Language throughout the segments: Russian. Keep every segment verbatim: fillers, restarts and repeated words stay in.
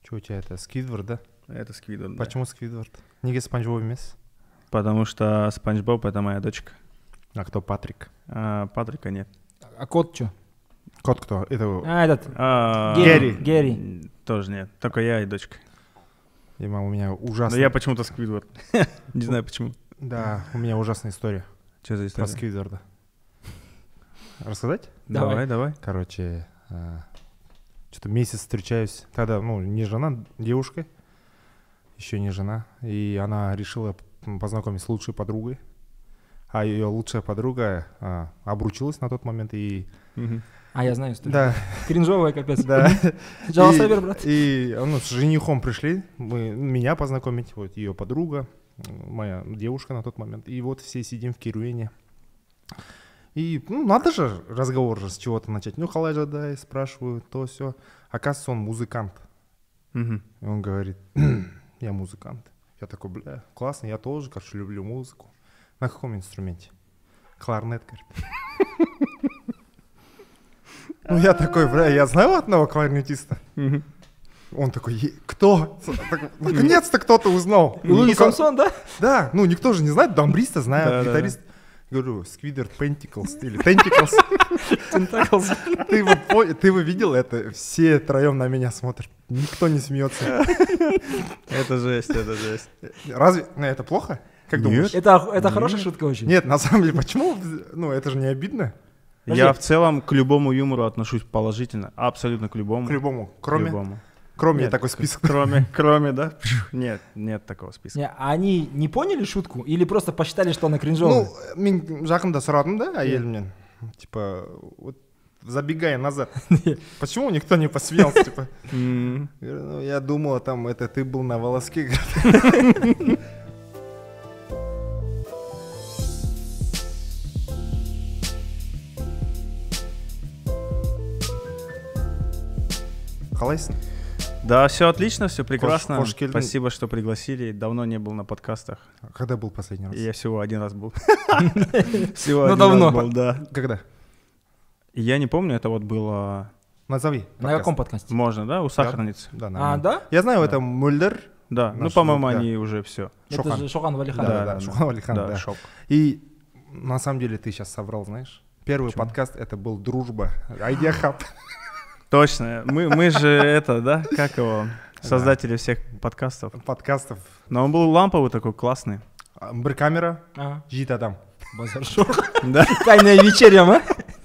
Что у тебя это, Сквидвард, да? Это Сквидвард, да. Почему Сквидвард? Неге Спанч Боб емес? Потому что Спанч Боб — это моя дочка. А кто Патрик? А Патрика нет. А кот что? Кот кто? Это А, этот. А, Герри. Герри. Тоже нет. Только я и дочка. Дима, у меня ужасная... Но я почему-то Сквидвард. Не знаю почему. Да, у меня ужасная история Что за про история? Сквидварда. Рассказать? Давай, давай. Короче, а, что-то месяц встречаюсь. Тогда, ну, не жена, девушка. Еще не жена. И она решила познакомиться с лучшей подругой. А ее лучшая подруга а, обручилась на тот момент и... Мгм. А, я знаю историю. Да, Кринжовая, капец. да. Джава И- Сайбер, брат. И ну, с женихом пришли, мы, меня познакомить, вот ее подруга, моя девушка на тот момент. И вот все сидим в Керуэне. И ну, надо же разговор же с чего-то начать. Ну, халай жадай, спрашиваю, то все. Оказывается, он музыкант. Мгм. И он говорит, я музыкант. Я такой, бля, классно, я тоже, короче, люблю музыку. На каком инструменте? Кларнет, говорит. Ну, я такой, бля, я знаю одного кларнетиста. Мгм. Он такой, «Е- кто? Так, наконец-то кто-то узнал. Луи Ну, Самсон, да? Да, ну никто же не знает, дамбриста знает, Да-да-да. гитарист. Говорю, Сквидвард Пентиклс или Тентиклс. Тентаклс. Ты бы, по- ты бы видел это? Все троем на меня смотрят. Никто не смеется. Это жесть, это жесть. Разве ну, это плохо? Как Нет. думаешь? Это, это хорошая шутка очень. Нет, на самом деле, почему? Ну, это же не обидно. Я в целом к любому юмору отношусь положительно. Абсолютно к любому. К любому. К Кроме, любому. кроме Нет, такой к- список. Кроме, кроме, да? Нет, нет такого списка. Не, а они не поняли шутку или просто посчитали, что она кринжовая? Ну, мен жақында сұрадым да әйелімнен. Типа, вот забегая назад. Почему никто не посмеялся? Типа, М. говорю, ну, я думала, там, это ты был на волоске. Қалайсың? Да, все отлично, все прекрасно. Кош- Кошкельдин. Спасибо, что пригласили. Давно не был на подкастах. Когда был последний раз? И я всего один раз был. Всего Ну, один давно. раз был, да. Когда? И я не помню, это вот было... Назови. На подкаст. каком подкасте? Можно, да? У сахарницы. Да, А, нормально. да? Я знаю, Да. это Мульдер. Да, ну, Наш по-моему, друг, да. они уже все. Это Шохан. же Шохан Валихан. Да, да, Шохан Валихан, да. шок. И на самом деле ты сейчас соврал, знаешь? Первый Почему? подкаст это был «Дружба». Айдиахаб. Точно. Мы, мы же это, да? Как его? Создатели всех подкастов. Подкастов. Но он был ламповый такой, классный. А, Бір камера, Ага. жит адам. Базар шок. Да. Тайная вечеря, а?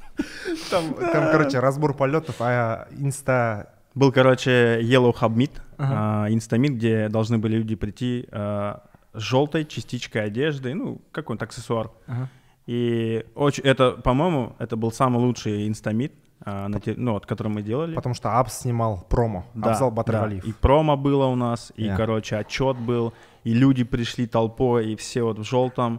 Там, там, короче, разбор полетов, а инста... Был, короче, Yellow Hub Meet, Ага. а, инстамит, где должны были люди прийти а, с желтой частичкой одежды, ну, какой-то аксессуар. Ага. И очень, это, по-моему, это был самый лучший инстамит, а, на те- ну, вот, который мы делали. Потому что Абс снимал промо. Да, Абзал да. Батыргалиев. И промо было у нас, и, Yeah. короче, отчет был, и люди пришли толпой, и все вот в желтом,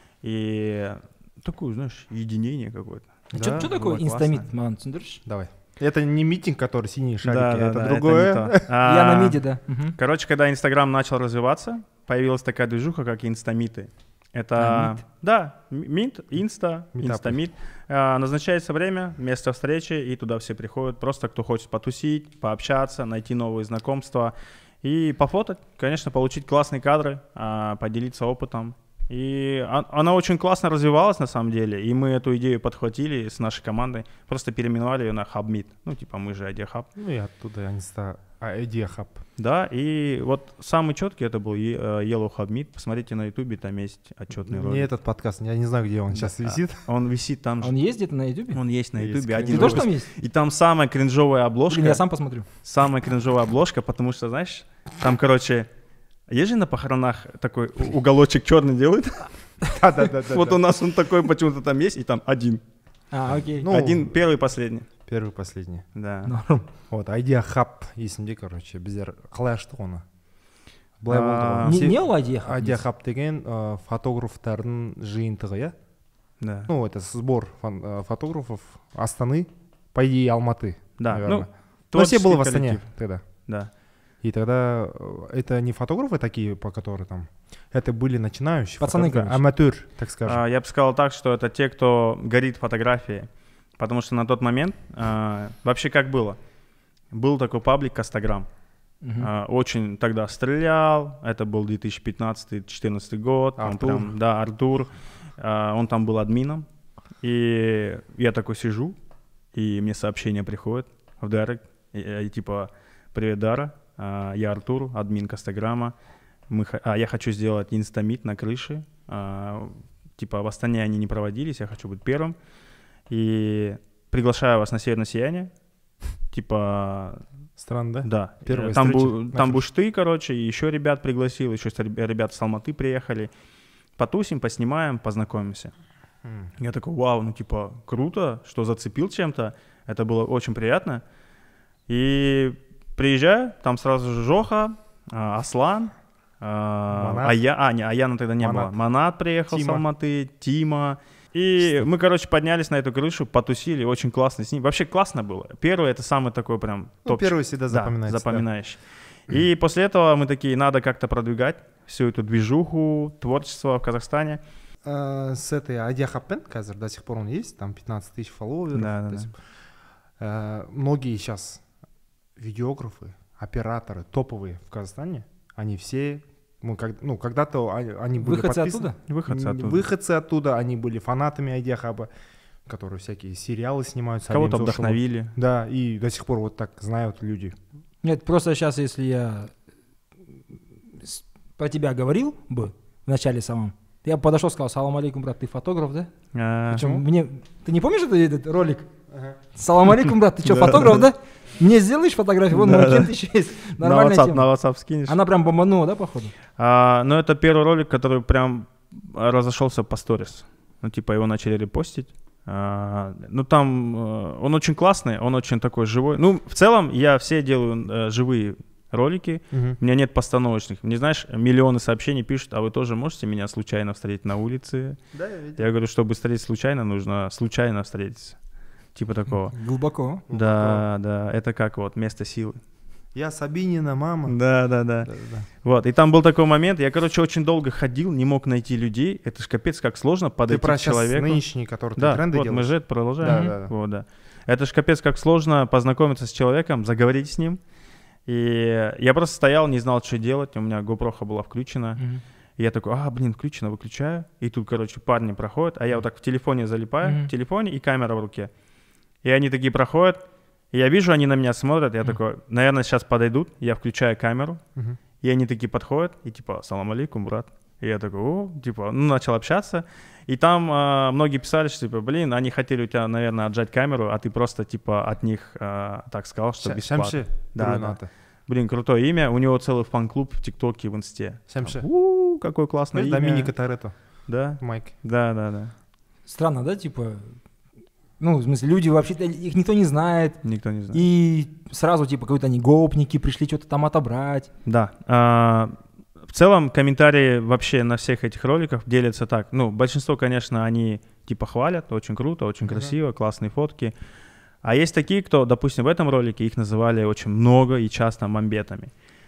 и такое, знаешь, единение какое-то. Что Да, такое было классно. инстамит, маған түсіндірші? Давай. Это не митинг, который синие шарики, Да, да, это да, другое. это не то. А, Я на миде, да. Мгм. Короче, когда Инстаграм начал развиваться, появилась такая движуха, как инстамиты. Это, А, мит? да, м- мит, инста, Митапы. инстамит. А, назначается время, место встречи, и туда все приходят. Просто кто хочет потусить, пообщаться, найти новые знакомства и пофотать. Конечно, получить классные кадры, а, поделиться опытом. И о- она очень классно развивалась на самом деле, и мы эту идею подхватили с нашей командой, просто переименовали ее на HubMeet. Ну, типа, мы же Idea Hub. Ну и оттуда инста... А, Айдиахаб. Да, и вот самый четкий это был Е- э, Yellow Hub Meet. Посмотрите на ютубе, там есть отчетный Не ролик. этот подкаст, я не знаю, где он сейчас Да. висит. Он висит там же. Он есть где-то на ютубе? Он есть на Есть, ютубе. конечно. Один Ты тоже выпуск. там есть? И там самая кринжовая обложка. Блин, я сам посмотрю. Самая кринжовая обложка, потому что, знаешь, там, короче, есть же на похоронах такой у- уголочек черный делают. Да-да-да. Вот у нас он такой почему-то там есть, и там один. А, окей. Ну, Один, первый, последний. Первый, последний. Да. Норм. Вот, Айдиахаб есімде, короче, біздер қалай аштық оны? Былай болды А, ғой. Не Се- не ол Айдиахаб? Айдиахаб деген э, фотографтардың жиынтығы, иә? Да. Ну, это сбор фон- э, фотографов Астаны, по идее, Алматы, Да. наверное. Ну, Но все было в творческий Астане коллектив. тогда. Да. И тогда э, это не фотографы такие, по которым там, это были начинающие Пацаны, фотографы, короче. аматер, так скажем. А, я бы сказал так, что это те, кто горит фотографией. Потому что на тот момент а, вообще как было? Был такой паблик Кастаграм. Мгм. А, очень тогда стрелял. Это был две тысячи пятнадцатый — две тысячи четырнадцатый год. Он Артур. прям, да, Артур. А, он там был админом. И я такой сижу, и мне сообщение приходит в директ. И, и типа: «Привет, Дара. А, я Артур, админ Кастаграма. Мы, х- а, я хочу сделать инстамит на крыше. А, типа в Астане они не проводились, я хочу быть первым. И приглашаю вас на Северное сияние. Типа, Странно, да? да. Первая Э, там, встреча бу- на там крыше. будешь ты, короче, и еще ребят пригласил, еще ст- ребята с Алматы приехали. Потусим, поснимаем, познакомимся. М. Я такой: вау, ну типа круто, что зацепил чем-то. Это было очень приятно. И приезжаю, там сразу же Жоха, а, Аслан, а, Манат. Ая- а, не, Аяна тогда не Манат. было. Манат приехал с Тима. Алматы, Тима. И мы, короче, поднялись на эту крышу, потусили, очень классно с ним. Вообще классно было. Первый — это самый такой прям Ну, топчик. первый всегда Да, запоминается. да. запоминающий. И после этого мы такие: надо как-то продвигать всю эту движуху, творчество в Казахстане. Э, С этой Адия Хаппен, казар, до сих пор он есть, там пятнадцать тысяч фолловеров. Да, да, то да. есть, э, Многие сейчас видеографы, операторы топовые в Казахстане, они все, мы как, ну, когда-то они, они были Выходцы подписаны- оттуда? Выходцы М, оттуда. Выходцы оттуда, они были фанатами Адия Хаба, которые всякие сериалы снимают. с Кого-то Алием Зошевым. вдохновили. Да, и до сих пор вот так знают люди. Нет, просто сейчас, если я с- про тебя говорил бы в начале самом, я бы подошел и сказал: салам алейкум, брат, ты фотограф, да? А, Почему? Мне... Ты не помнишь этот, этот ролик? Салам алейкум, брат, ты что, фотограф, да? Мне сделаешь фотографию? Вон, Да, на да. Макент еще есть. На Нормальная WhatsApp, тема. на WhatsApp скинешь. Она прям бомбанула, да, походу? А, ну, это первый ролик, который прям разошелся по сторис. Ну, типа, его начали репостить. А, ну, там э, он очень классный, он очень такой живой. Ну, в целом, я все делаю э, живые ролики. Мгм. У меня нет постановочных. Мне, знаешь, миллионы сообщений пишут: а вы тоже можете меня случайно встретить на улице? Да, я видел. Я говорю, чтобы встретить случайно, нужно случайно встретиться. Типа такого. Глубоко. Да, да, это как вот место силы. Я Сабинина мама. Да, да, да. Да-да-да. Вот, и там был такой момент, я, короче, очень долго ходил, не мог найти людей. Это ж капец как сложно Ты подойти про к сейчас человеку. нынешний, который Да, ты тренды вот мы делаешь? же это продолжаем. Да, да, да. Вот, да. Это ж капец как сложно познакомиться с человеком, заговорить с ним. И я просто стоял, не знал, что делать, у меня GoPro была включена. Мгм. И я такой: а, блин, включено, выключаю. И тут, короче, парни проходят, а я вот так в телефоне залипаю, Мгм. в телефоне и камера в руке. И они такие проходят, и я вижу, они на меня смотрят, я Мгм. такой: наверное, сейчас подойдут, я включаю камеру, Мгм. и они такие подходят, и типа: салам алейкум, брат. И я такой: о, типа, ну, начал общаться. И там а, многие писали, что, типа, блин, они хотели у тебя, наверное, отжать камеру, а ты просто, типа, от них а, так сказал, что Ша- бесплатно. Шамши, Да, да. Брюната. Блин, крутое имя. У него целый фан-клуб в ТикТоке, в Инсте. Шамши. Там, у, какое классное Знаешь, имя. Доминика Торетто, Да, Майк. да, да, да. Странно, да, типа... Ну, в смысле, люди вообще-то, их никто не знает. Никто не знает. И сразу, типа, какие-то они гопники, пришли что-то там отобрать. Да. а, в целом, комментарии вообще на всех этих роликах делятся так. Ну, большинство, конечно, они типа хвалят, очень круто, очень Мгм. красиво, классные фотки. А есть такие, кто, допустим, в этом ролике их называли очень много и часто мамбетами.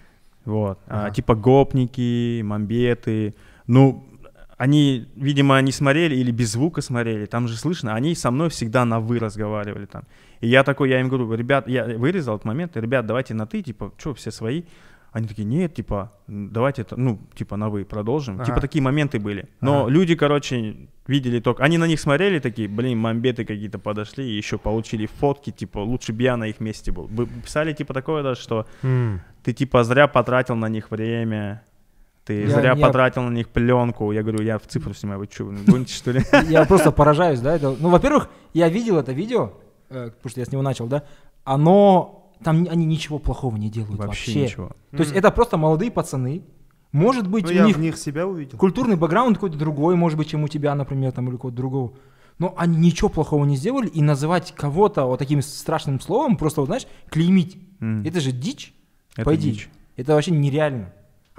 Вот. А, Ага. типа гопники, мамбеты. Ну, они, видимо, не смотрели или без звука смотрели, там же слышно, они со мной всегда на «вы» разговаривали там. И я такой, я им говорю: ребят, я вырезал этот момент, ребят, давайте на «ты», типа, что, все свои? Они такие: нет, типа, давайте это, ну, типа, на «вы» продолжим. Ага. Типа, такие моменты были. Но Ага. люди, короче, видели только, они на них смотрели, такие: блин, мамбеты какие-то подошли, и еще получили фотки, типа, лучше бы я на их месте был. Вы писали, типа, такое даже, что М. ты, типа, зря потратил на них время, ты Я- зря я- потратил на них пленку. Я говорю: я в цифру снимаю, вы что, гоните, что ли? Я просто поражаюсь, да. Это... Ну, во-первых, я видел это видео, э, потому что я с него начал, да. Оно... Там ни- они ничего плохого не делают вообще. Вообще ничего. То есть Мгм. это просто молодые пацаны. Может быть, Ну, у я них в них себя увидел. культурный бэкграунд какой-то другой, может быть, чем у тебя, например, там, или какого-то другого. Но они ничего плохого не сделали, и называть кого-то вот таким страшным словом, просто, вот, знаешь, клеймить. М. Это же дичь. Это Пойди. дичь. Это вообще нереально. А-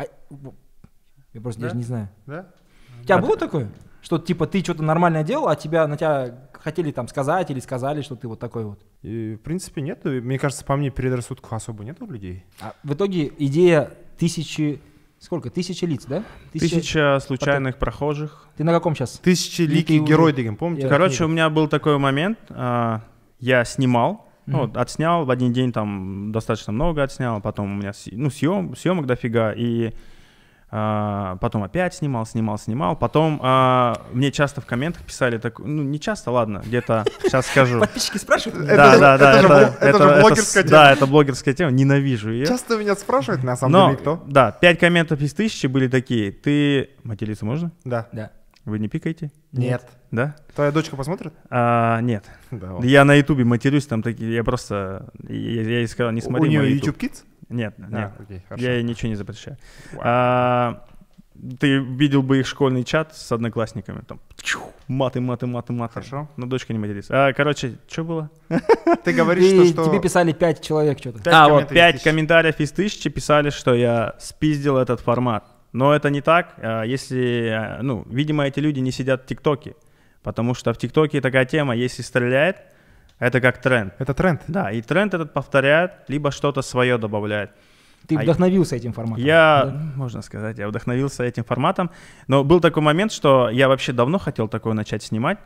Я просто Да? даже не знаю. Да? У тебя А было такое? Что типа ты что-то нормальное делал, а тебя на тебя хотели там сказать или сказали, что ты вот такой вот. И, в принципе, нет. И, Мне кажется, по мне предрассудков особо нет у людей. А в итоге идея тысячи... Сколько? Тысячи лиц, да? Тысяча- Тысяча случайных прохожих. Ты на каком сейчас? Тысячеликий Или ты герой, уже- деген, помните? Я- Короче, книга. у меня был такой момент, а, я снимал Ну, вот, отснял в один день, там достаточно много отснял, потом у меня съ- ну, съем, съемок дофига, и а, потом опять снимал, снимал, снимал. Потом а, мне часто в комментах писали, так, ну не часто, ладно, где-то сейчас скажу. Подписчики спрашивают? Это Да, же- да, да, это же это- блог- это это- же это блогерская с- тема. Да, это блогерская тема, ненавижу ее. Часто меня спрашивают, на самом Но, деле, кто? да, пять комментов из тысячи были такие. Ты материться можно? Да. Да. Вы не пикаете? Нет. Да? Твоя дочка посмотрит? А, нет. Да. вот. Я на ютубе матерюсь, там такие, я просто, я, я ей сказал, не У смотри нее мой YouTube Kids? Нет, А, нет. окей, хорошо. Я ей ничего не запрещаю. А, ты видел бы их школьный чат с одноклассниками, там чух, маты, маты, маты, маты. Хорошо. Но дочка не матерится. А, короче, что было? Ты говоришь, И что... что- тебе писали пять человек что-то. Пять а, вот комментариев пять из тысячи. комментариев из тысячи писали, что я спиздил этот формат. Но это не так, а, если, а, ну, видимо, эти люди не сидят в ТикТоке, потому что в ТикТоке такая тема, если стреляет, это как тренд. Это тренд. Да, и тренд этот повторяет, либо что-то свое добавляет. Ты А вдохновился этим форматом. Я, Да? можно сказать, я вдохновился этим форматом. Но был такой момент, что я вообще давно хотел такое начать снимать.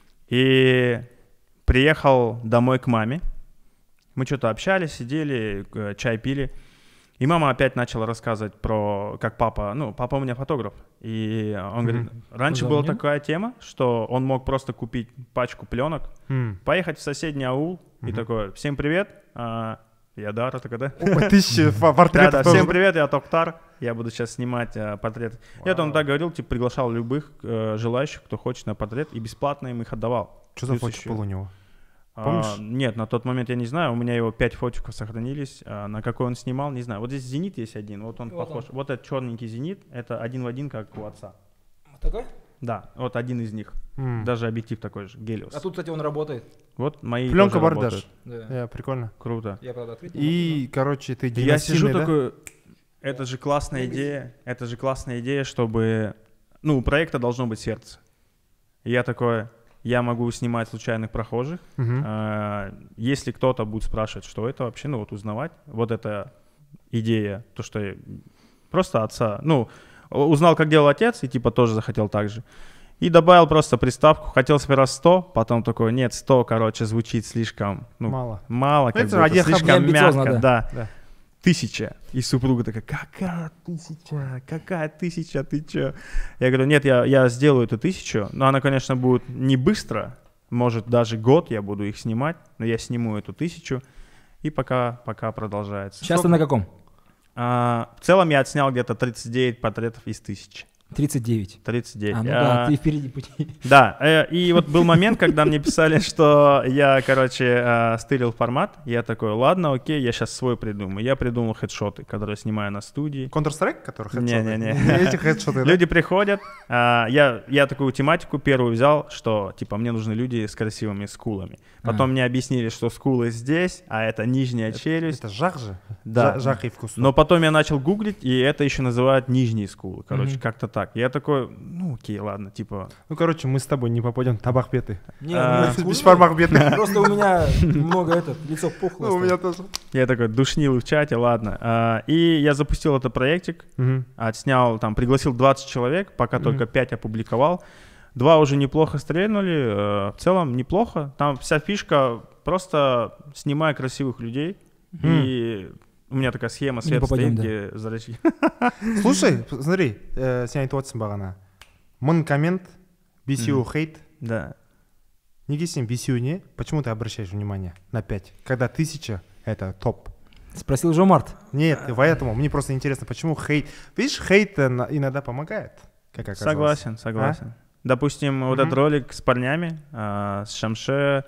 И приехал домой к маме. Мы что-то общались, сидели, э, чай пили. И мама опять начала рассказывать про, как папа, ну, папа у меня фотограф. И он говорит, раньше была Позвонил? такая тема, что он мог просто купить пачку пленок, М. поехать в соседний аул и такой, всем привет, а, я Дара, это когда? Ой, Тысячи фа- Да, портретов. да, тоже. всем привет, я Токтар, я буду сейчас снимать э, портрет. И это он так говорил, типа приглашал любых э, желающих, кто хочет на портрет, и бесплатно им их отдавал. Что за Плюс фотик еще- был у него? А, Помнишь? нет, на тот момент я не знаю, у меня его пять фотиков сохранились, а, на какой он снимал, не знаю. Вот здесь Зенит есть один, вот он Вот похож. Вот этот черненький Зенит, это один в один, как у отца. Вот такой? Да, вот один из них. М. Даже объектив такой же, Гелиос. А тут, кстати, он работает. Вот мои Пленка тоже бардаш. работают. Да. Я, прикольно. Круто. Я, правда, открыть. И, короче, ты И я сижу династийный, да? такой, это же классная идея, это же классная идея, чтобы, ну, у проекта должно быть сердце. И я такой, я могу снимать случайных прохожих, Мгм. а, если кто-то будет спрашивать, что это вообще, ну, вот узнавать, вот эта идея, то, что я просто отца, ну, узнал, как делал отец, и типа тоже захотел так же. И добавил просто приставку, хотел сперва сто, потом такой, нет, сто, короче, звучит слишком, ну, Мало. мало, как Это бы, это один слишком хаб- амбициозно, мягко, да. да. Да. Тысяча. И супруга такая, какая тысяча, какая тысяча, ты чё? Я говорю, нет, я, я сделаю эту тысячу, но она, конечно, будет не быстро, может, даже год я буду их снимать, но я сниму эту тысячу, и пока, пока продолжается. Сейчас ты на каком? А, в целом я отснял где-то тридцать девять портретов из тысячи. тридцать девять. тридцать девять. А, ну А, да, ты впереди пути. Да, э, и вот был момент, когда мне писали, что я, короче, э, стырил формат. Я такой, ладно, окей, я сейчас свой придумаю. Я придумал хедшоты, которые снимаю на студии. Counter-Strike, который хедшоты? Не-не-не. Не эти хедшоты, да? Люди приходят, а, я, я такую тематику первую взял, что, типа, мне нужны люди с красивыми скулами. Потом А. мне объяснили, что скулы здесь, а это нижняя челюсть. Это жах же. Да. Жа- Жах и вкус. Но потом я начал гуглить, и это еще называют нижние скулы. Короче, Мгм. как-то так. Я такой, ну окей, ладно, типа... Ну, короче, мы с тобой не попадем в табак беты. Не, А, ну, Без формах беты. Просто у меня много этот, лицо пухло. Ну, у меня стало. тоже. Я такой душнил в чате, ладно. А, и я запустил этот проектик, Мгм. отснял, там, пригласил двадцать человек, пока Мгм. только пять опубликовал. Два уже неплохо стрельнули, э, в целом неплохо. Там вся фишка, просто снимай красивых людей. И у меня такая схема, Не свет попадем, стоит, да. где зрачки. Слушай, смотри, э, сен айтып отырсың бағана. Мың коммент, бесеуі хейт. Да. Неге сен бесеуіне, почему ты обращаешь внимание на пять? Когда тысяча — это топ. Спросил Жомарт. Нет, поэтому мне просто интересно, почему хейт. Видишь, хейт э, на- иногда помогает, как оказалось. Согласен, согласен. Допустим, вот Мгм. этот ролик с парнями, а, с Шамше,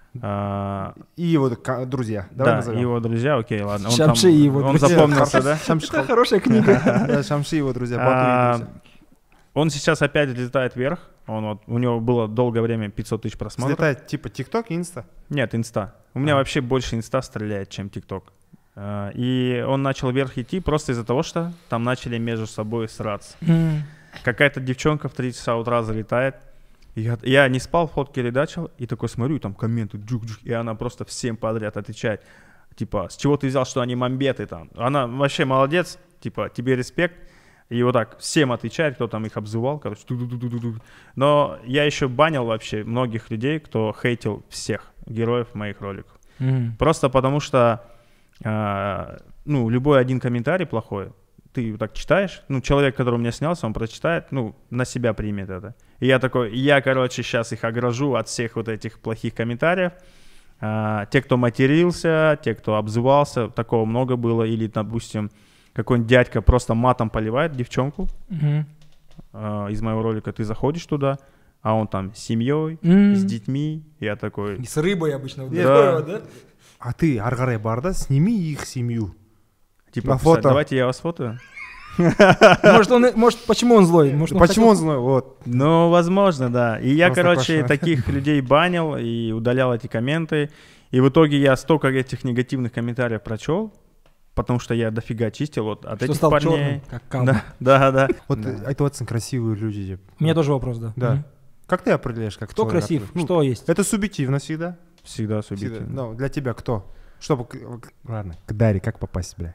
а, И его ка- друзья. Давай да, назовем. его друзья, окей, ладно. Он, Шамши там- и его он друзья. запомнился, да? Это хорошая книга. Да, Шамши и его друзья. А, Бату и друзья. Он сейчас опять взлетает вверх. Он вот, у него было долгое время пятьсот тысяч просмотров. Взлетает типа ТикТок и Инста. Нет, инста. У меня А. вообще больше инста стреляет, чем тикток. А, И он начал вверх идти просто из-за того, что там начали между собой сраться. М. Какая-то девчонка в три часа утра залетает. И Я, я не спал, фотки редачил, и такой смотрю, там комменты, джук-джук, и она просто всем подряд отвечает. Типа, с чего ты взял, что они мамбеты там? Она вообще молодец, типа, тебе респект. И вот так всем отвечает, кто там их обзывал, короче. ту-ду-ду-ду-ду. Но я еще банил вообще многих людей, кто хейтил всех героев моих роликов. Мгм. Просто потому что, а, ну, любой один комментарий плохой, ты так читаешь, ну, человек, который у меня снялся, он прочитает, ну, на себя примет это. И я такой, я, короче, сейчас их огражу от всех вот этих плохих комментариев. А, те, кто матерился, те, кто обзывался, такого много было. Или, допустим, какой-нибудь дядька просто матом поливает девчонку. Мгм. А, из моего ролика ты заходишь туда, а он там с семьей, М. с детьми. Я такой... И с рыбой обычно. вот Да. такое вот, да? А ты, Аргарай Барда, сними их семью. Типа, На писать, фото. давайте я вас фотою. Может, он, и- может, почему он злой? Может, Почему он хотел- злой? Вот. Ну, возможно, да. И я, Просто короче, Паша. таких людей банил и удалял эти комменты. И в итоге я столько этих негативных комментариев прочел, потому что я дофига чистил вот от Что этих стал парней. черным, как кам. Да, да, да. Вот Да. э, это вот красивые люди. типа. У меня тоже вопрос, да. Да. Мгм. Как ты определяешь, как Кто человек красив? определяешь? Ну, Что есть? Это субъективно всегда. Всегда Всегда. субъективно. Ну, для тебя кто? Чтобы... к- к- Ладно, к Даре как попасть, бля?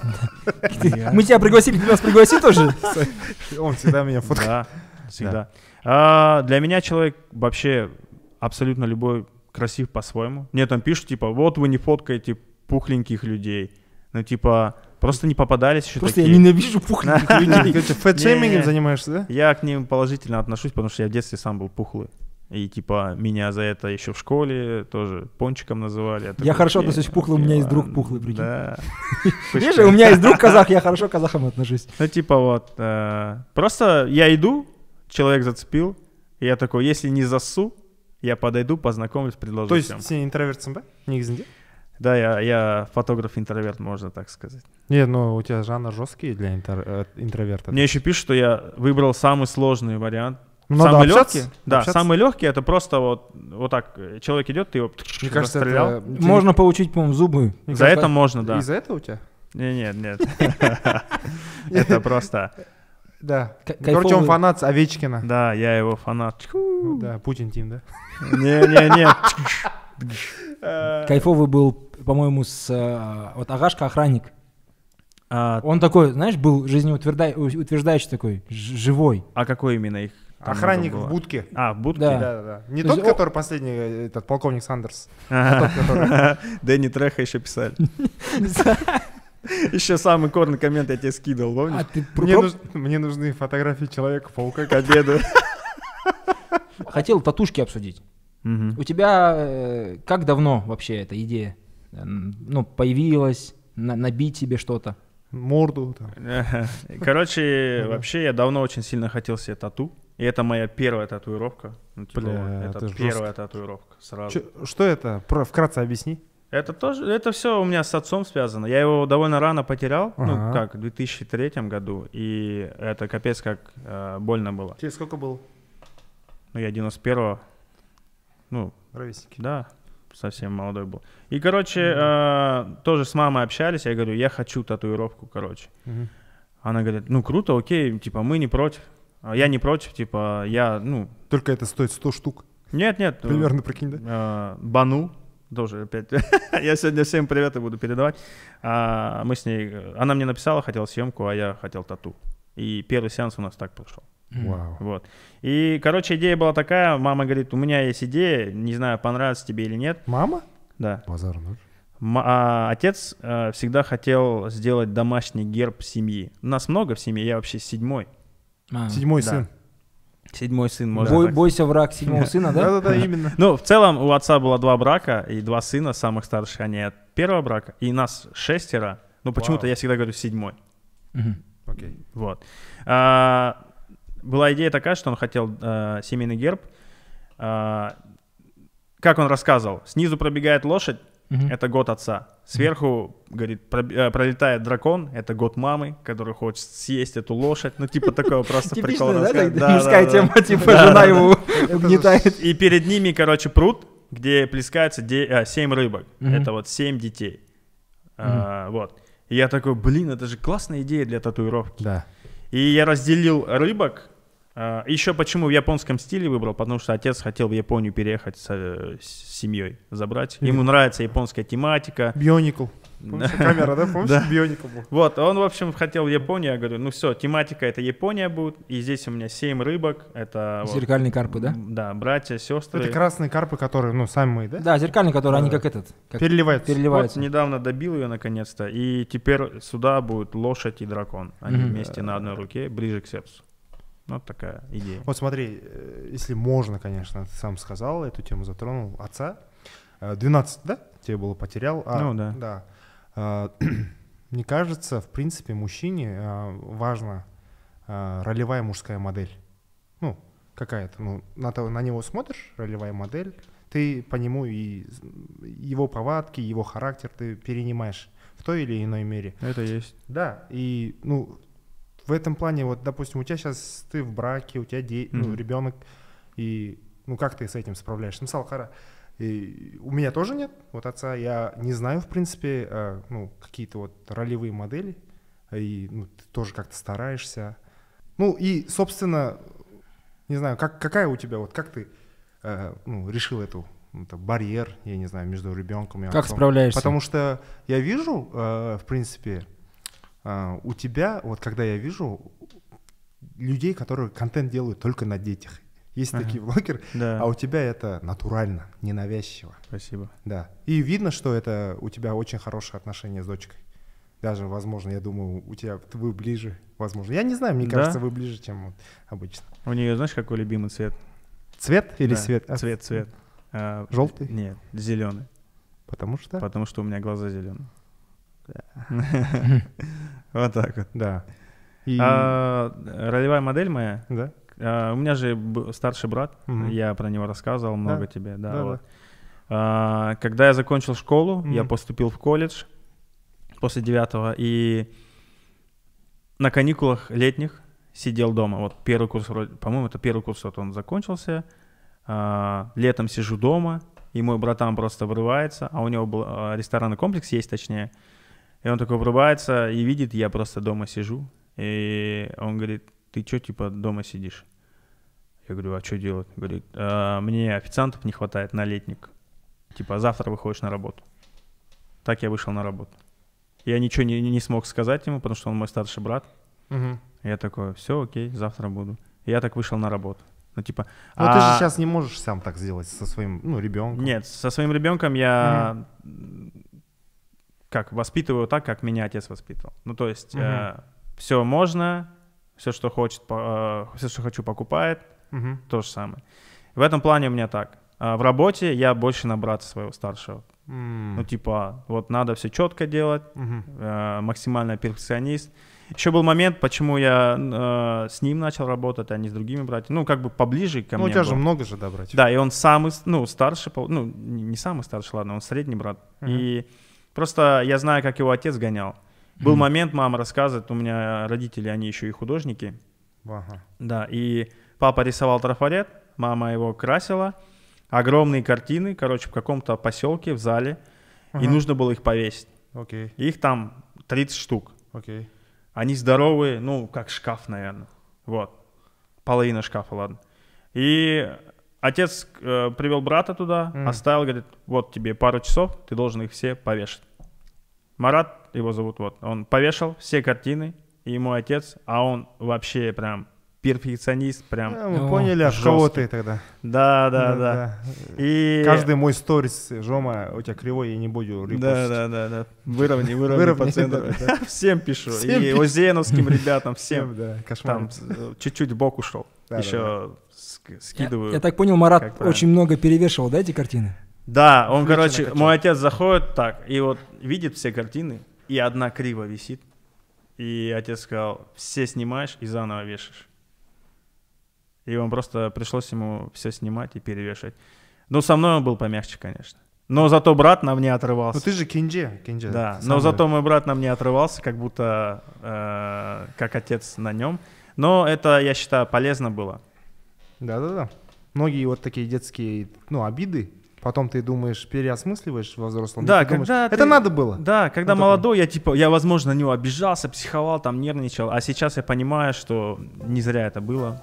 Мы тебя пригласили, ты нас пригласи тоже. Он всегда меня фоткает. Да, всегда. А, для меня человек вообще абсолютно любой красив по-своему. Мне там пишут, типа, вот вы не фоткаете пухленьких людей. Ну, типа, просто не попадались еще Просто я такие. ненавижу пухленьких людей. Короче, фэт-шеймингом Не. занимаешься, да? Я к ним положительно отношусь, потому что я в детстве сам был пухлый. И типа меня за это еще в школе тоже пончиком называли. такой, хорошо «Э, отношусь к пухлым, у меня есть друг Иван». пухлый, прикинь. Да. Видишь, у меня есть друг казах, я хорошо к казахам отношусь. Ну типа вот, э, просто я иду, человек зацепил, и я такой, если не засу, я подойду, познакомлюсь, предложу То есть всем. сен интровертсың ба? Негізінде? Да, я, я фотограф-интроверт, можно так сказать. Не, ну у тебя жанр жесткий для интер- э, интроверта. Мне еще пишут, что я выбрал самый сложный вариант. Ну, надо самый общаться, легкий, да, общаться. самый легкий это просто вот, вот так, э, человек идет, ты его Мне кажется, расстрелял. это... тебе Можно получить, по-моему, зубы. не- За это можно, да. Из-за этого у тебя? Не, нет, нет. Это просто, Да. К- Короче, он кайфовый. фанат Овечкина. да, я его фанат. Да, Путин Тим, да? Не-не-не. Кайфовый был, по-моему, с э, вот Агашка охранник. А Он такой, знаешь, был жизнеутверждающий такой, ж- живой. а какой именно их? там Охранник много в было? будке. А, в будке? Да. Да, да, да. Не То тот, есть, о- который последний, э, этот полковник Сандерс. Ага. Тот, который... Дэнни Треха еще писали. Еще самый корный коммент я тебе скидывал, А помнишь? ты про- Мне, про- нуж- мне нужны фотографии Человека-паука. К обеду. хотел татушки обсудить. Мгм. У тебя э, как давно вообще эта идея э, ну, появилась, на- набить себе что-то? Морду. Там. Короче, Ага. вообще я давно очень сильно хотел себе тату. И это моя первая татуировка. Ну, типа, Бля, вот, это это ж первая татуировка сразу. Чё- что это? Про- вкратце объясни. Это тоже, это все у меня с отцом связано. Я его довольно рано потерял, ну Ага. как, в две тысячи третьем году, и это капец как э, больно было. Тебе сколько было? Ну я девяносто первого, ну Ровесники. да, совсем молодой был. И, короче, э, тоже с мамой общались, я говорю, я хочу татуировку, короче. Мгм. Она говорит, ну круто, окей, типа мы не против. А я не против, типа я, ну, Только это стоит сто штук. нет-нет. ну, Примерно, прикинь, да? э, Бану, тоже опять, я сегодня всем приветы буду передавать. А, мы с ней, она мне написала, хотела съемку, а я хотел тату. И первый сеанс у нас так прошел. Вау. Вот. И, короче, идея была такая, мама говорит, у меня есть идея, не знаю, понравится тебе или нет. Мама? Да. Базар, ну. М- а отец э, всегда хотел сделать домашний герб семьи. У нас много в семье, я вообще седьмой. А, Седьмой Да. сын. Седьмой сын, можно бой- так бойся враг седьмого сына, да? Да-да-да, именно. Ну, в целом у отца было два брака, и два сына, самых старших, они от первого брака, и нас шестеро, но почему-то Вау. я всегда говорю седьмой. Мгм. Окей. Вот. А, была идея такая, что он хотел а, семейный герб. А, как он рассказывал, снизу пробегает лошадь, Мгм. это год отца. Сверху, говорит, про- э, пролетает дракон, это год мамы, который хочет съесть эту лошадь. Ну, типа такого просто прикола. Типичная, да, рассказывает. так- Да, мужская да, тема, да. типа Да, жена да, его угнетает. И перед ними, короче, пруд, где плескается де- а, семь рыбок. Мгм. Это вот семь детей. А, вот. И я такой, блин, это же классная идея для татуировки. Да. И я разделил рыбок. А, еще почему в японском стиле выбрал, потому что отец хотел в Японию переехать с, э, с семьей, забрать. Ему нравится японская тематика. Бионикл. Помнишь, камера, да? Помнишь, Да. Бионика был? Вот, он, в общем, хотел в Японию, я говорю, ну все, тематика это Япония будет, и здесь у меня семь рыбок, это... вот, Зеркальные карпы, да? м, Да, братья, сестры. Это красные карпы, которые, ну, сами мои, да? Да, зеркальные, которые они Да. как этот, как Переливаются. Вот переливаются. недавно добил ее наконец-то, и теперь сюда будет лошадь и дракон. Они Мгм. вместе на одной руке, ближе к сердцу. Вот такая идея. Вот смотри, э, если можно, конечно, ты сам сказал, эту тему затронул, отца. Э, двенадцать, да? Тебе было потерял? А, Ну да. Да. А, Мне кажется, в принципе, мужчине а, важна а, ролевая мужская модель. Ну, какая-то. Ну, на, то- на него смотришь, ролевая модель, ты по нему и с- его повадки, его характер ты перенимаешь в той или иной мере. Это есть. Да, и, ну, в этом плане, вот, допустим, у тебя сейчас, ты в браке, у тебя де- ну, Мгм. ребенок, и, ну, как ты с этим справляешься? Ну, Салхара, и у меня тоже нет, вот отца, я не знаю, в принципе, э, ну, какие-то вот ролевые модели, и, ну, ты тоже как-то стараешься. Ну, и, собственно, не знаю, как, какая у тебя, вот, как ты, э, ну, решил эту, это барьер, я не знаю, между ребенком и Как отцом? справляешься? Потому что я вижу, э, в принципе, э, у тебя, вот когда я вижу людей, которые контент делают только на детях. Есть Ага. такие блогеры, Да, а у тебя это натурально, ненавязчиво. спасибо. Да. И видно, что это у тебя очень хорошие отношения с дочкой. Даже, возможно, я думаю, у тебя вы ближе, возможно. Я не знаю, мне Да. кажется, вы ближе, чем вот обычно. У нее, знаешь, какой любимый цвет? Цвет или Да, свет? А, Цвет, цвет. А, Желтый? Нет, зеленый. Потому что? Потому что у меня глаза зеленые. Вот так вот. Да. И... А, Ролевая модель моя. Да? а, У меня же б- старший брат. Мгм. Я про него рассказывал много Да. тебе. Да, Да, вот. А, Когда я закончил школу, я Мгм. поступил в колледж после девятого. И на каникулах летних сидел дома. Вот первый курс, вроде- по-моему, это первый курс, вот он закончился. А, Летом сижу дома, и мой братан просто врывается, а у него был а, ресторанный комплекс, есть точнее. И он такой врывается и видит, я просто дома сижу. И он говорит, ты что, типа, дома сидишь? Я говорю, а что делать? Говорит, «А, мне официантов не хватает на летник. Типа, завтра выходишь на работу. Так я вышел на работу. Я ничего не, не смог сказать ему, потому что он мой старший брат. Мгм. Я такой, все, окей, завтра буду. И я так вышел на работу. Ну, типа... Ну, ты же а- сейчас не можешь сам так сделать со своим, ну, ребенком. Нет, со своим ребенком я м, как воспитываю так, как меня отец воспитывал. Ну, то есть Мгм. все можно, все, что хочет, все, что хочу, покупает, Мгм. то же самое. В этом плане у меня так. А в работе я больше на брата своего старшего. М. Ну, типа, вот надо все четко делать, Мгм. э, максимально перфекционист. Еще был момент, почему я э, с ним начал работать, а не с другими братьями. Ну, как бы поближе ко Ну, у мне тебя был. же много же, да, братьев? Да, и он самый, ну, старший, пол- ну, не не самый старший, ладно, он средний брат. Мгм. И просто я знаю, как его отец гонял. Был Мгм. момент, мама рассказывает, у меня родители, они еще и художники. Ага. Да, и папа рисовал трафарет, мама его красила. Огромные картины, короче, в каком-то поселке, в зале. И Ага. нужно было их повесить. Окей, Их там тридцать штук. окей. Они здоровые, ну, как шкаф, наверное. Вот. Половина шкафа, ладно. И отец э, привел брата туда, Мгм. оставил, говорит, вот тебе пару часов, ты должен их все повешать. Марат, его зовут, вот. Он повешал все картины, и мой отец, а он вообще прям перфекционист, прям. А, мы О, поняли, от кого жесткий. ты тогда. Да, да, да. И... Каждый мой сторис, Жома, у тебя кривой, я не буду репостить. Да, да, да, да. Выровни, выровни, Выровни, по центру. да, Всем пишу. Всем И пишу. озеновским ребятам, всем. Да, кошмар. Там э, чуть-чуть в бок ушел. Да, Еще ск- Я, скидываю. я так понял, Марат Как правильно. очень много перевешивал, да, эти картины? Да, он, Ключи короче, накачал. мой отец заходит так, и вот видит все картины, и одна криво висит. И отец сказал, все снимаешь и заново вешаешь. И он просто, пришлось ему все снимать и перевешивать. Ну, со мной он был помягче, конечно. Но зато брат нам не отрывался. Ну ты же Кинже, Кинже. Да, самый- но зато мой брат нам не отрывался, как будто э, как отец на нем. Но это, я считаю, полезно было. Да-да-да. Многие вот такие детские, ну, обиды, потом ты думаешь, переосмысливаешь во взрослом. Да, и ты думаешь, когда это ты- надо было. Да, когда Вот молодой, я типа, я, возможно, на него обижался, психовал, там, нервничал. А сейчас я понимаю, что не зря это было.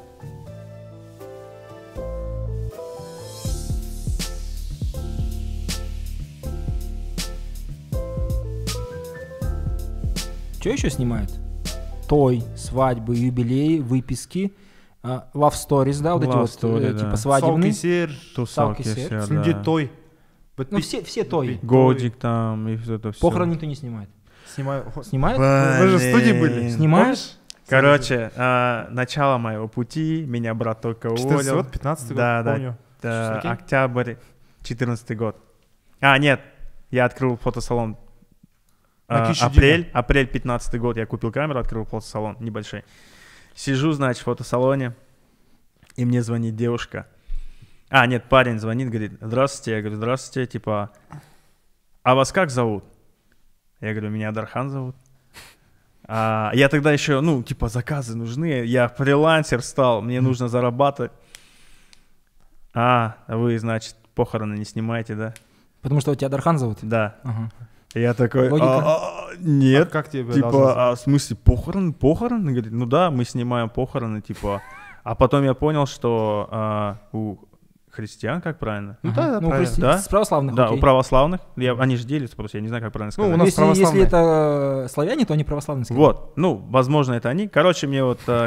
Что еще снимают? Той, свадьбы, юбилеи, выписки, а, love stories, да, вот эти Love вот, story, э, да. типа свадебные. Сер, Тусалки Салки, все, Синди да. той. Ну, все, все той. Годик там и все это все. Похороны никто не снимает. Снимаю. Снимает? Вы же в студии были. Блин. Снимаешь? Короче, а, начало моего пути, меня брат только четырнадцатый уволил. год, пятнадцатый год, Да, да. помню. Да, Окей. октябрь, четырнадцатый год. А, нет, я открыл фотосалон. На а, Кищу апрель, апрель пятнадцатый год я купил камеру, открыл фотосалон небольшой. Сижу, значит, в фотосалоне, и мне звонит девушка. А, нет, парень звонит, говорит, здравствуйте. Я говорю, здравствуйте, типа, а вас как зовут? Я говорю, меня Дархан зовут. А, я тогда еще, ну, типа, заказы нужны, я фрилансер стал, мне нужно зарабатывать. А, вы, значит, похороны не снимаете, да? Потому что у тебя Дархан зовут? Да. Ага. Я такой, Логика. «А, а, нет. А как тебе должно Типа, а в смысле, похороны? Похороны? Говорит, ну да, мы снимаем похороны, типа. А потом я понял, что а, у христиан, как правильно? Ну Ага. да, да, ну, правильно. христи- Да? С православных, Да, окей. у православных, я, они же делятся просто, я не знаю, как правильно сказать. у нас если, если православные. это э, славяне, то они православные. скорее. Вот, ну, возможно, это они. Короче, мне вот, а,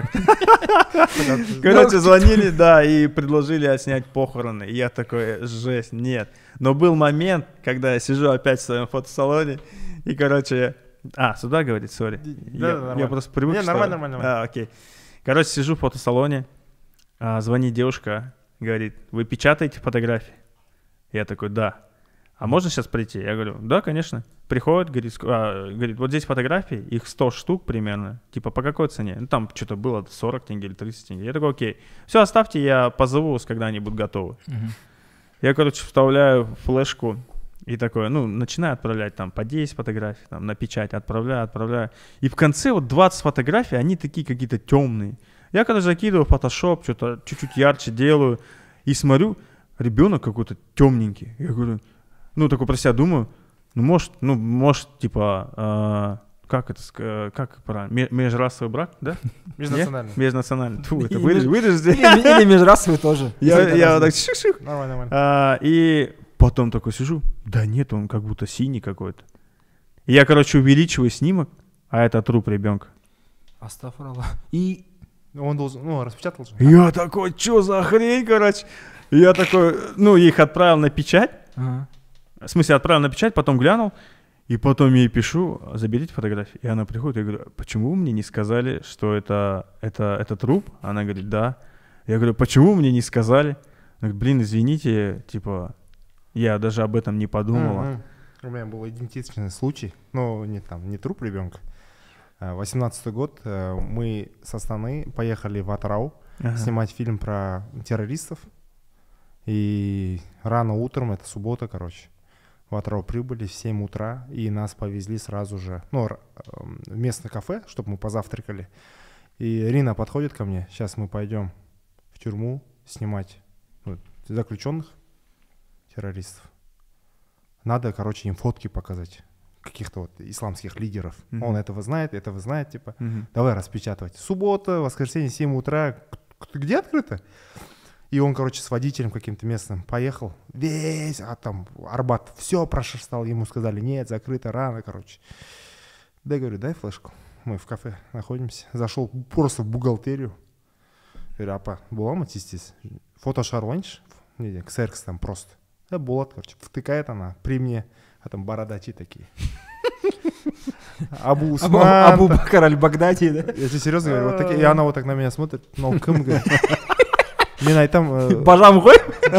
Ну, короче, звонили, да, и предложили отснять похороны. И я такой, жесть, нет. Но был момент, когда я сижу опять в своем фотосалоне, и, короче, а, сюда говорит, сори. Да, Я, да, я нормально. просто привык, Не, что- нормально, нормально, нормально. А, окей. Короче, сижу в фотосалоне, а, звонит девушка, говорит, вы печатаете фотографии? Я такой, да. А можно сейчас прийти? Я говорю, да, конечно. Приходит, говорит, ск- а, говорит, вот здесь фотографии, их сто штук примерно. Типа, по какой цене? Ну, там что-то было сорок тенге или тридцать тенге. Я такой, окей. Все, оставьте, я позову вас, когда они будут готовы. Мгм. Я, короче, вставляю флешку и такой, ну, начинаю отправлять там по десять фотографий, там, на печать отправляю, отправляю. И в конце вот двадцать фотографий, они такие какие-то темные. Я, короче, закидываю в Photoshop, что-то чуть-чуть ярче делаю и смотрю, ребенок какой-то темненький. Я говорю, ну, такой про себя думаю, ну, может, ну, может, типа, а, как это, ск- э, как правильно, Ме- межрасовый брак, да? Межнациональный. Не? Межнациональный. Фу, это Или вырежь, меж- вырежь здесь. Или, или межрасовые тоже. Я, Если это я вот разные. так ших-ших. Нормально, нормально. А, и потом такой сижу, да нет, он как будто синий какой-то. И я, короче, увеличиваю снимок, а это труп ребенка. Астафралла. И Он должен, ну, распечатал же. Я такой, что за хрень, короче? Я такой, ну, их отправил на печать. ага. В смысле, отправил на печать, потом глянул. И потом я ей пишу, заберите фотографии. И она приходит, я говорю, почему вы мне не сказали, что это, это, это труп? Она говорит, да. Я говорю, почему вы мне не сказали? Она говорит, блин, извините, типа, я даже об этом не подумала. Мгм. У меня был идентичный случай, ну, не там, не труп ребенка. восемнадцатый год, э, мы с Астаны поехали в Атырау Ага. снимать фильм про террористов. И рано утром, это суббота, короче, в Атырау прибыли в семь утра, и нас повезли сразу же, ну, р- эм, в местное кафе, чтобы мы позавтракали. И Рина подходит ко мне, сейчас мы пойдем в тюрьму снимать, ну, заключенных террористов. Надо, короче, им фотки показать каких-то вот исламских лидеров. Мгм. Он этого знает, этого знает, типа, Мгм. давай распечатывать. Суббота, воскресенье, семь утра, к- к- где открыто? И он, короче, с водителем каким-то местным поехал, весь, а там Арбат, все прошерстал, ему сказали, нет, закрыто, рано, короче. Да, я говорю, дай флешку. Мы в кафе находимся. Зашел просто в бухгалтерию. Говорю, апа, буламы тестис? Фото шарланч? Не, ксеркс там просто. Да, булат, короче, втыкает она при мне, а там бородачи такие. Абу Абу, Усман. Абу Бакр аль-Багдади, да? Я тебе серьезно говорю, вот такие, и она вот так на меня смотрит, ну, кым, говорит. Мен айтам, э, Бажам ғой.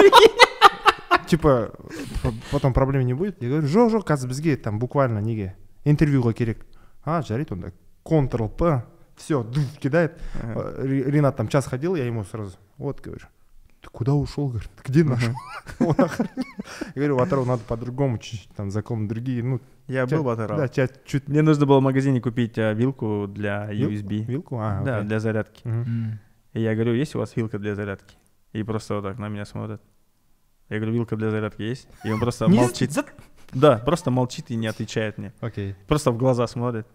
типа, п- потом проблем не будет. Я говорю, жоқ, жоқ, қазір бізге там буквально неге интервьюға керек. А, жарит он так, Ctrl-P, все, кидает. Ага. Э, Ри- Ринат там час ходил, я ему сразу, вот, говорю, ты куда ушел, говорит, «Ты где нашел? Он охренел. Я говорю, в Атырау надо по-другому, чуть-чуть, там законы другие, ну, Я Чё- был в Атырау. да, тебя чуть Мне нужно было в магазине купить а, вилку для Вил- ю эс би. вилку, а, Да, окей. для зарядки. Мгм. М. И я говорю, есть у вас вилка для зарядки? И просто вот так на меня смотрят. Я говорю, вилка для зарядки есть? И он просто Не молчит. за- Да, просто молчит и не отвечает мне. Окей. Просто в глаза смотрит.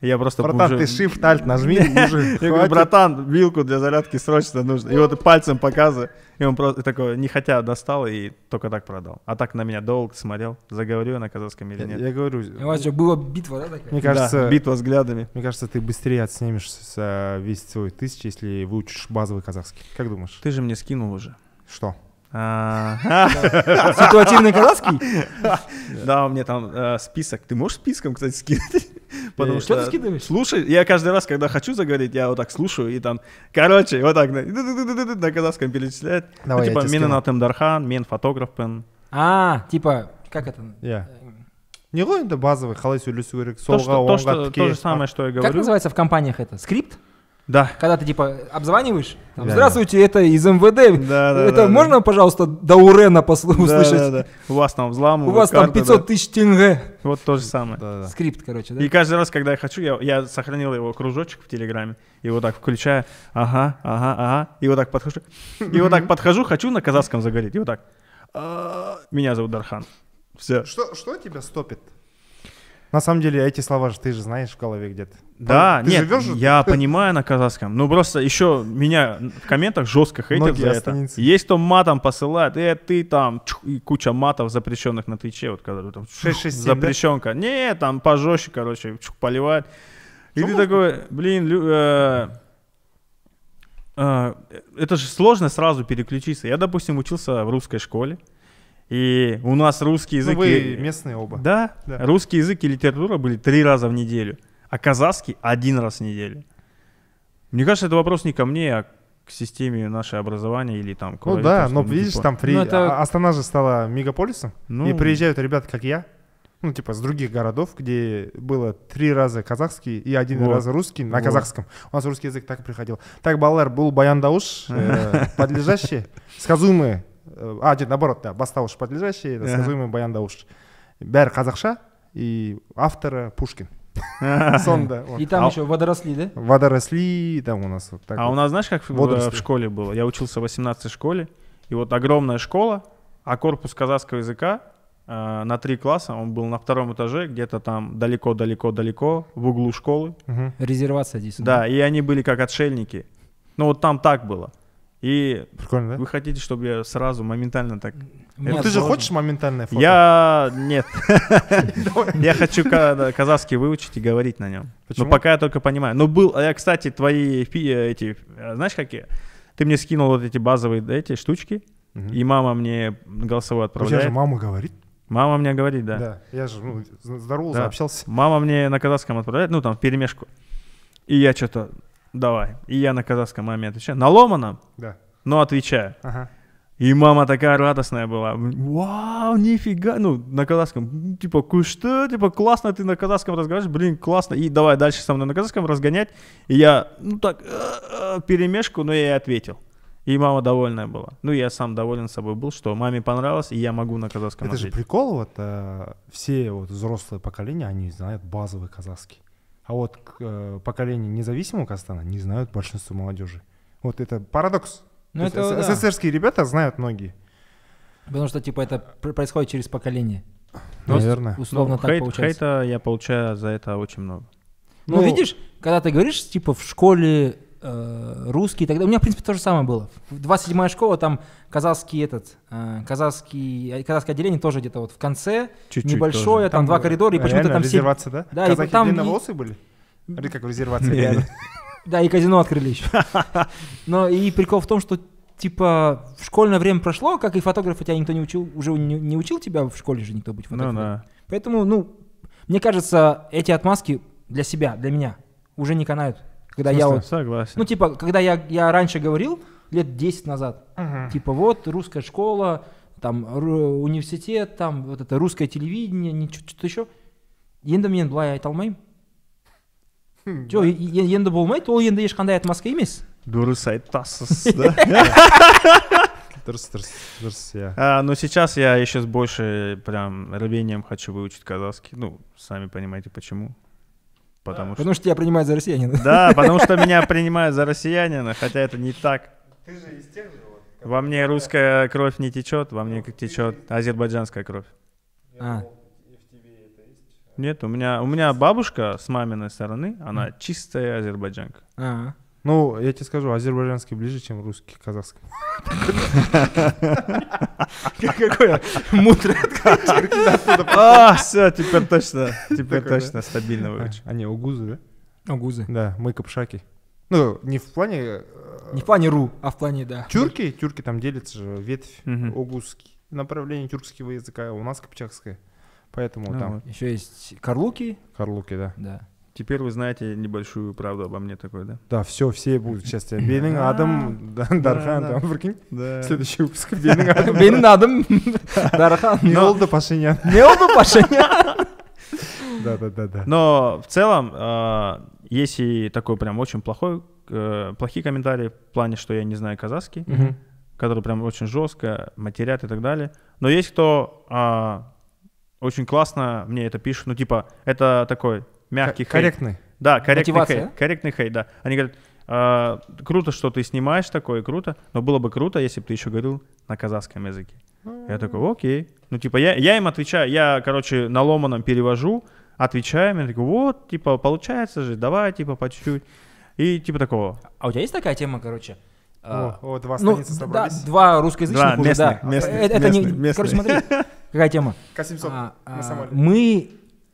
Я просто Братан, уже... ты shift alt нажми, уже Я говорю, хватит. братан, вилку для зарядки срочно нужно. И вот пальцем показываю. И он просто такой, не хотя, достал и только так продал. А так на меня долго смотрел, заговорю я на казахском или Я, нет. я говорю, У вас же была битва, да, такая? мне Да, кажется, битва взглядами. мне кажется, ты быстрее отснимешь с, а, весь свой тысяч, если выучишь базовый казахский. Как думаешь? Ты же мне скинул уже. Что? А, Ситуативный казахский? Да, у меня там э, список. Ты можешь списком, кстати, скинуть? Потому Что ты что, скидываешь? слушай, я каждый раз, когда хочу заговорить, я вот так слушаю и там, короче, вот так на, на казахском перечисляет. Давай, Ну, я типа, тебе мен скину. атым Дархан, мен фотографпен. А, типа, как это? Я. Не ғой енді базовый, қалай сөйлесу керек, То, солға, что, то, оңға, что, тіке. то же самое, что я Как говорю. называется в компаниях это? Скрипт? Да. Когда ты типа обзваниваешь? Там, Да, Здравствуйте, это из МВД. Да, да, это да, можно, пожалуйста, до Урена посл- Да, услышать? да, да. У вас там У взламывают вас там карты, пятьсот да. тысяч тенге. Вот то же самое. Да, да. Скрипт, короче, да? И каждый раз, когда я хочу, я, я сохранил его кружочек в Телеграме, и вот так включаю, ага, ага, ага, и вот так подхожу, и вот так подхожу, хочу на казахском заговорить, и вот так, «А, меня зовут Дархан, все. Что, что тебя стопит? На самом деле, эти слова же ты же знаешь в голове где-то. Да, Ты нет, живешь же? я понимаю на казахском, но просто еще меня в комментах жестко хейтят Многие за это. астанинцы. Есть кто матом посылает, э, ты там, чух, и куча матов запрещенных на Твиче, вот когда там шесть шесть семь, да? запрещенка. Не, там пожестче, короче, чух, поливает. И Что ты можно? такой, блин, лю- э, э, это же сложно сразу переключиться. Я, допустим, учился в русской школе, и у нас русский Ну, язык... вы и- местные оба. Да, Да. русский язык и литература были три раза в неделю, а казахский один раз в неделю. Мне кажется, это вопрос не ко мне, а к системе нашего образования или там... к Ну да, но правительству, видишь, типа. там при... Ну, это- А- Астана же стала мегаполисом, Ну, и приезжают ребята, как я, ну типа с других городов, где было три раза казахский и один Вот. раз русский на Вот. казахском. У нас русский язык так приходил. Так, балалар, был баяндауш, э, подлежащие, сказуемые, э, а, нет, наоборот, да, бастауш подлежащие, это Ага. сказуемый баяндауш. Бәрі қазақша, и автора Пушкин. Сонда. вот. И там А- еще водоросли, да? Водоросли, там у нас вот так А вот. у нас, знаешь, как в, Водоросли. в школе было? Я учился в восемнадцатой школе, и вот огромная школа, а корпус казахского языка э, на три класса, он был на втором этаже, где-то там далеко-далеко-далеко, в углу школы. Мгм. Резервация здесь. Да, и они были как отшельники. Ну вот там так было. И Прикольно, да? вы хотите, чтобы я сразу моментально так... У меня Ну, ты же сложно. хочешь моментальное фото? Я... Нет. Я хочу ка- да, казахский выучить и говорить на нем. Почему? Но пока я только понимаю. Ну, был... Я, кстати, твои фи- эти... э, Знаешь, какие? Ты мне скинул вот эти базовые да, эти штучки, Мгм. и мама мне голосовой У тебя же отправляет. мама говорит. Мама мне говорит, да. Да. Я же ну, з- здоровался, Да. общался. Мама мне на казахском отправляет, ну, там, в перемешку. И я что-то... Давай. И я на казахском маме отвечаю. На ломаном, Да. но отвечаю. Ага. И мама такая радостная была. Вау, нифига. Ну, на казахском. м, Типа, «Ку- что? Типа, классно ты на казахском разговариваешь. Блин, классно. И давай дальше со мной на казахском разгонять. И я, ну так, э, э, перемешку, но я ей ответил. И мама довольная была. Ну, я сам доволен собой был, что маме понравилось, и я могу на казахском Это же ответить. прикол, вот э, все вот взрослые поколения, они знают базовый казахский. А вот к- э, поколение независимого Казахстана не знают большинство молодежи. Вот это парадокс. Ну, То есть это, эс- да. СССРские ребята знают многие. Потому что, типа, это пр- происходит через поколение. Ну, наверное. Условно Ну, так хейт- получается. Хейта я получаю за это очень много. Ну, Ну, видишь, когда ты говоришь, типа, в школе э, русский, тогда у меня, в принципе, то же самое было. двадцать седьмая школа, там казахский этот, э, казахский, казахское отделение тоже где-то вот в конце, Чуть-чуть небольшое, там, два коридора, и почему-то реально там все... резервация, да? Да, и Казахи там длинноволосые были? Или как в резервации? Не, реально? Да, и казино открыли еще. Но и прикол в том, что, типа, в школьное время прошло, как и фотографа тебя никто не учил, уже не, не учил тебя в школе же никто быть Ну фотографом. да. Поэтому, ну, мне кажется, эти отмазки для себя, для меня уже не канают. Когда я смысле? вот, Согласен. ну, типа, когда я, я раньше говорил, лет десять назад, Мгм. типа, вот, русская школа, там, ру- университет, там, вот это русское телевидение, не- чё- что-то еще. Енді мен былай айта алмаймын. Хм, Жоқ, е- е- енді болмайды, ол енді ешқандай отмазка емес. Дұрыс айтасыз, да? Дұрыс, дұрыс, дұрыс, иә. А, но сейчас я еще с большей прям рвением хочу выучить казахский. Ну, сами понимаете почему. Потому что... Потому что тебя принимают за россиянина. Да, потому что меня принимают за россиянина, хотя это не так. Ты же из тех же вот. Во мне русская кровь не течет, во мне как течет азербайджанская кровь. А. И в тебе это есть? Нет, у меня, у меня бабушка с маминой стороны, она чистая азербайджанка. А. Ну, я тебе скажу, азербайджанский ближе, чем русский, казахский. Какое мудрое открытие. А, все, теперь точно, теперь точно стабильно выучу. Они угузы, да? Огузы. Да, мы капшаки. Ну, не в плане... э, Не в плане ру, а в плане, да. Тюрки, тюрки там делятся же, ветвь, Мгм. огузский. Направление тюркского языка, у нас капчакское. Поэтому Ну там вот. Еще есть карлуки. карлуки, да. Да. Теперь вы знаете небольшую правду обо мне такой, да? Да, все, все будут сейчас. Бейнинг Адам, да, Дархан, да. там, прикинь. Да. Следующий выпуск. Бейнинг Адам. Бен надым. Дархан. Не oldu Пашинян. Не oldu Пашинян? Да, да, да, да. Но в целом, э, есть и такой прям очень плохой, э, плохие комментарии в плане, что я не знаю казахский, Мгм. которые прям очень жестко матерят и так далее. Но есть кто а, очень классно мне это пишет, ну типа это такой мягкий К- хейт. Корректный. Да, корректный Мотивация, хейт. Корректный хейт, да. Они говорят, а, круто, что ты снимаешь такое, круто, но было бы круто, если бы ты еще говорил на казахском языке. Я такой, окей. Ну типа я, я им отвечаю, я, короче, на ломаном перевожу, отвечаю, я такой, вот, типа получается же, давай, типа по чуть-чуть. И типа такого. А у тебя есть такая тема, короче? О, а, о, два Ну, станицы да, собрались. два русскоязычных Да, уже, местные, да. местные, это, это не, местные, короче, местные. смотри, какая тема. К семьсот А, на а, Сомали. мы,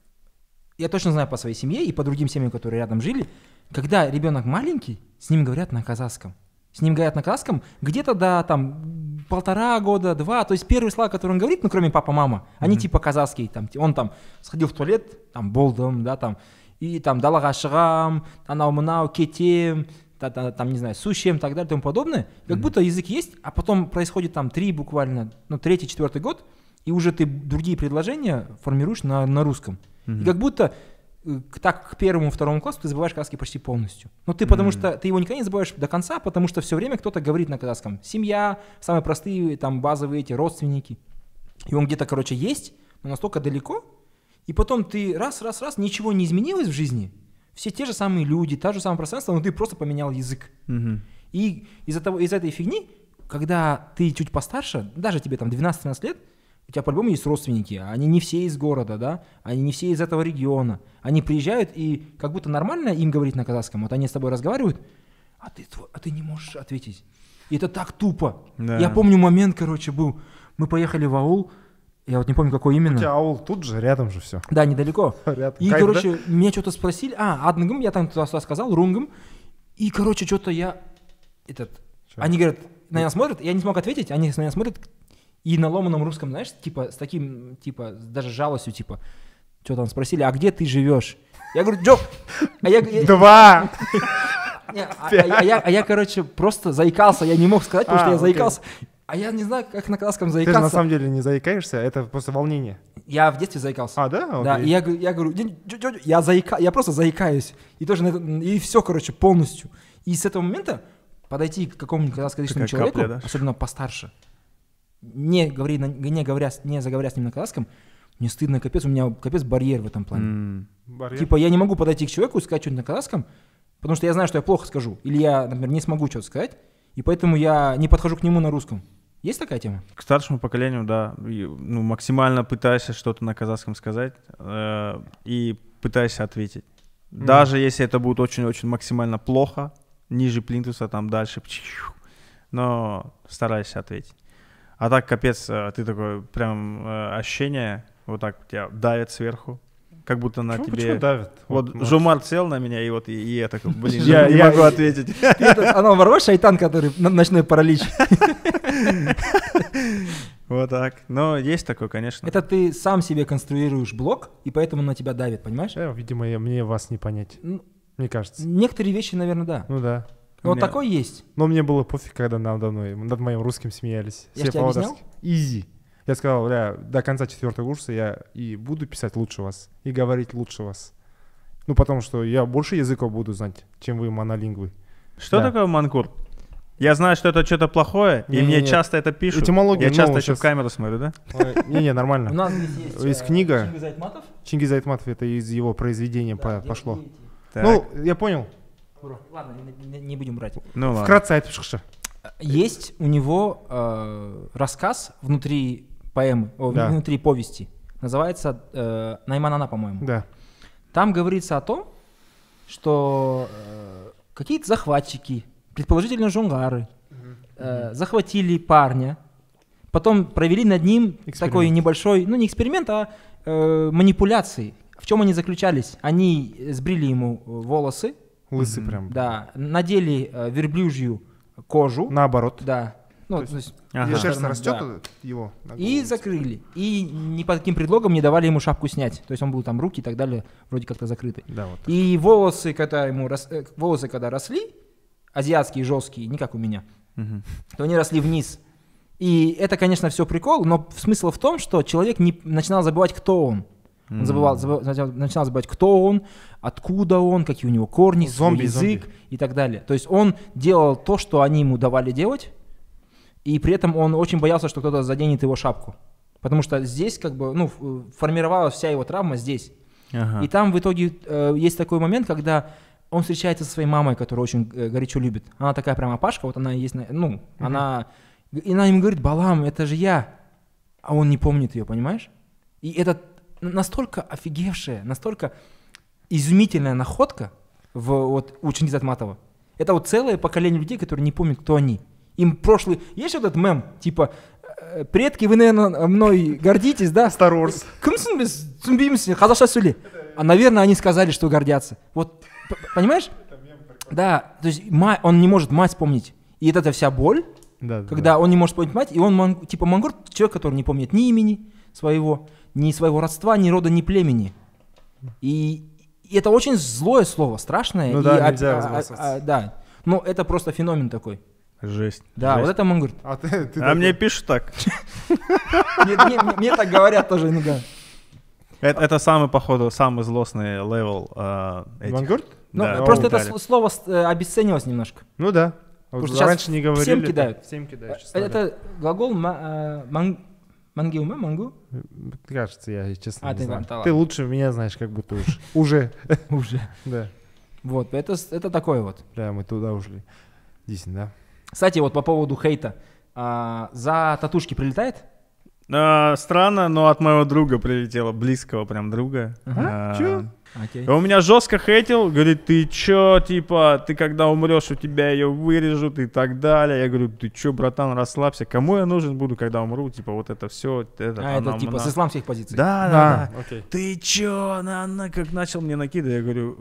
я точно знаю по своей семье и по другим семьям, которые рядом жили, когда ребенок маленький, с ним говорят на казахском. С ним говорят на казахском где-то до там полтора года, два. То есть первые слова, которые он говорит, ну кроме папа, мама, они типа казахские. Там, он там сходил в туалет, там болдым, да, там, и там далаға шығам, анау мынау кетем, та- та- там, не знаю, сущем и так далее и тому подобное. Как будто язык есть, а потом происходит там три буквально, ну третий, четвертый год, и уже ты другие предложения формируешь на, на русском. И как будто э, к- так к первому, второму классу ты забываешь казахский почти полностью. Ну ты потому что ты его никогда не забываешь до конца, потому что все время кто-то говорит на казахском. Семья, самые простые, там базовые эти родственники. И он где-то, короче, есть, но настолько далеко. И потом ты раз, раз, раз, ничего не изменилось в жизни. Все те же самые люди, та же самое пространство, но ты просто поменял язык. Мгм. И из-за того, из этой фигни, когда ты чуть постарше, даже тебе там двенадцать-тринадцать лет, у тебя по-любому есть родственники, они не все из города, да, они не все из этого региона. Они приезжают, и как будто нормально им говорить на казахском, вот они с тобой разговаривают, а ты, тво- а ты не можешь ответить. И это так тупо. Да. Я помню момент, короче, был, мы поехали в аул, я вот не помню, какой У именно. тебя аул тут же, рядом же все. Да, недалеко. Рядом. И, Кайф, короче, меня что-то спросили. А, адныгым, я там туда сказал, рунгым. И, короче, что-то я... Этот... Чё? Они говорят, на меня смотрят, я не смог ответить, они на меня смотрят, и на ломаном русском, знаешь, типа, с таким, типа, даже жалостью, типа, что там спросили, а где ты живешь? Я говорю, Джо, а я, я- Два! не, а- а- а я, а я, короче, просто заикался, я не мог сказать, потому А, что я окей. заикался. А я не знаю, как на казахском Ты же заикаться. на самом деле не заикаешься, это просто волнение. Я в детстве заикался. А, да? Да, Окей. и я, говорю- я говорю, «Дядь, дядь, дядь», я, заика, я просто заикаюсь. И тоже на это- и все, короче, полностью. И с этого момента подойти к какому-нибудь казахскоязычному Такая человеку, капля, да? особенно постарше, не, говори, на- не, говоря, с- не заговоря с ним на казахском, мне стыдно, капец, у меня капец барьер в этом плане. М. Барьер. Типа я не могу подойти к человеку и сказать что-нибудь на казахском, потому что я знаю, что я плохо скажу. Или я, например, не смогу что-то сказать, и поэтому я не подхожу к нему на русском. Есть такая тема? К старшему поколению, да, и, ну, максимально пытайся что-то на казахском сказать э, и пытайся ответить. Даже если это будет очень-очень максимально плохо, ниже плинтуса, там дальше, пчу, но старайся ответить. А так, капец, э, ты такой, прям э, ощущение, вот так тебя давит сверху, как будто на Почему- тебе... почему давит? Вот Вот, Жомарт сел на меня, и вот и, и я такой, блин, Я- я не я- могу ответить. Она ворвешь шайтан, который на- ночной паралич. Вот так. Но есть такое, конечно. Это ты сам себе конструируешь блок, и поэтому на тебя давит, понимаешь? Э, Видимо, я- мне вас не понять, Ну, мне кажется. некоторые вещи, наверное, да. Ну да. Вот меня- такой есть. Но мне было пофиг, когда надо мной, над моим русским смеялись. Я ж тебе по-владарски. Изи. Я сказал, бля, до конца четвертого курса я и буду писать лучше вас, и говорить лучше вас. Ну, потому что я больше языков буду знать, чем вы монолингвы. Что Да. такое манкур? Я знаю, что это что-то плохое, и Не-не-не. мне часто это пишут. Этимология, Я ну, часто еще щас- в камеру смотрю, да? Ой, Не-не, У нормально. нас здесь есть, Есть э, книга. Чингиз Айтматов. Чингиз Айтматов, это из его произведения Да, по- где- пошло. где эти? Так, Ну, я понял. Бро, Ладно, не, не- не будем брать. ну ладно. Вкратце айтып шықшы. Есть у него э, рассказ внутри поэмы, о, Да. внутри повести. называется э, «Найманана», по-моему. Да. Там говорится о том, что э, какие-то захватчики, предположительно жунгары, э, захватили парня, потом провели над ним Эксперимент. такой небольшой, ну не эксперимент, а э, манипуляции. В чем они заключались? Они сбрили ему волосы, Лысый прям. да, надели э, верблюжью кожу, Наоборот. да, ну, То есть то есть, Ага. И шерсть да. растет его. на и голову. закрыли. И ни под каким предлогом не давали ему шапку снять. То есть он был там руки и так далее, вроде как-то закрыты. Да, вот. И волосы, когда ему рос- э, волосы, когда росли, азиатские, жесткие, не как у меня, Мгм. то они росли вниз. И это, конечно, все прикол, но смысл в том, что человек не начинал забывать, кто он. Он забывал, забыв- начал начинал забывать, кто он, откуда он, какие у него корни, свой Зомби, язык зомби. и так далее. То есть он делал то, что они ему давали делать, и при этом он очень боялся, что кто-то заденет его шапку. Потому что здесь как бы, ну, ф- формировалась вся его травма здесь. Ага. И там в итоге э, есть такой момент, когда он встречается со своей мамой, которую очень э, горячо любит. Она такая прям опашка, вот она есть, на- ну, она... И она ему говорит: «Балам, это же я». А он не помнит ее, понимаешь? И это настолько офигевшая, настолько изумительная находка в, вот, у Чингиза Айтматова. Это вот целое поколение людей, которые не помнят, кто они. Им прошлый... Есть вот этот мем, типа, э, предки, вы, наверное, мной гордитесь, да? Star Wars. Кымсың біз, түсінбейміз, қазақша сөйле. А, наверное, они сказали, что гордятся. Вот, п- понимаешь? Да, то есть ма- он не может мать вспомнить. И это вся боль, Да, да, когда он не может вспомнить мать, и он, ман- типа, мангур, человек, который не помнит ни имени своего, ни своего родства, ни рода, ни племени. И, и это очень злое слово, страшное. Ну и да, а- нельзя а- разбрасываться. а- да, но это просто феномен такой. Жесть. Да, Жесть. вот это мангур. А, ты, ты А такой- мне пишут так. Мне, мне- мне так говорят тоже иногда. Это, это самый, походу, самый злостный левел э, этих. Мангурт? Ну, Да, просто это Италия. с- слово э, обесценилось немножко. Ну да. Вот Потому что раньше щас не говорили. всем так кидают. Всем кидают. Э, щас стали. Это глагол ма- э, ман- мангиуме, мангу? Кажется, я честно А, не ты знаю. да, ладно. Ты лучше меня знаешь, как будто уж. Уже. Уже. Да. Вот, это, с- это такое вот. Да, мы туда ушли. Действительно, да. Кстати, вот по поводу хейта. А, за татушки прилетает? А, странно, но от моего друга прилетело, близкого прям друга. Ага. А, Чё? Окей. и он меня жестко хейтил, говорит: ты чё, типа, ты когда умрешь, у тебя ее вырежут и так далее. Я говорю: ты чё, братан, расслабься, кому я нужен буду, когда умру, типа, вот это все. Это, А, это она- типа она». с исламских позиций. Да, да, да. А, окей. Ты чё, на, на, как начал мне накидывать, я говорю: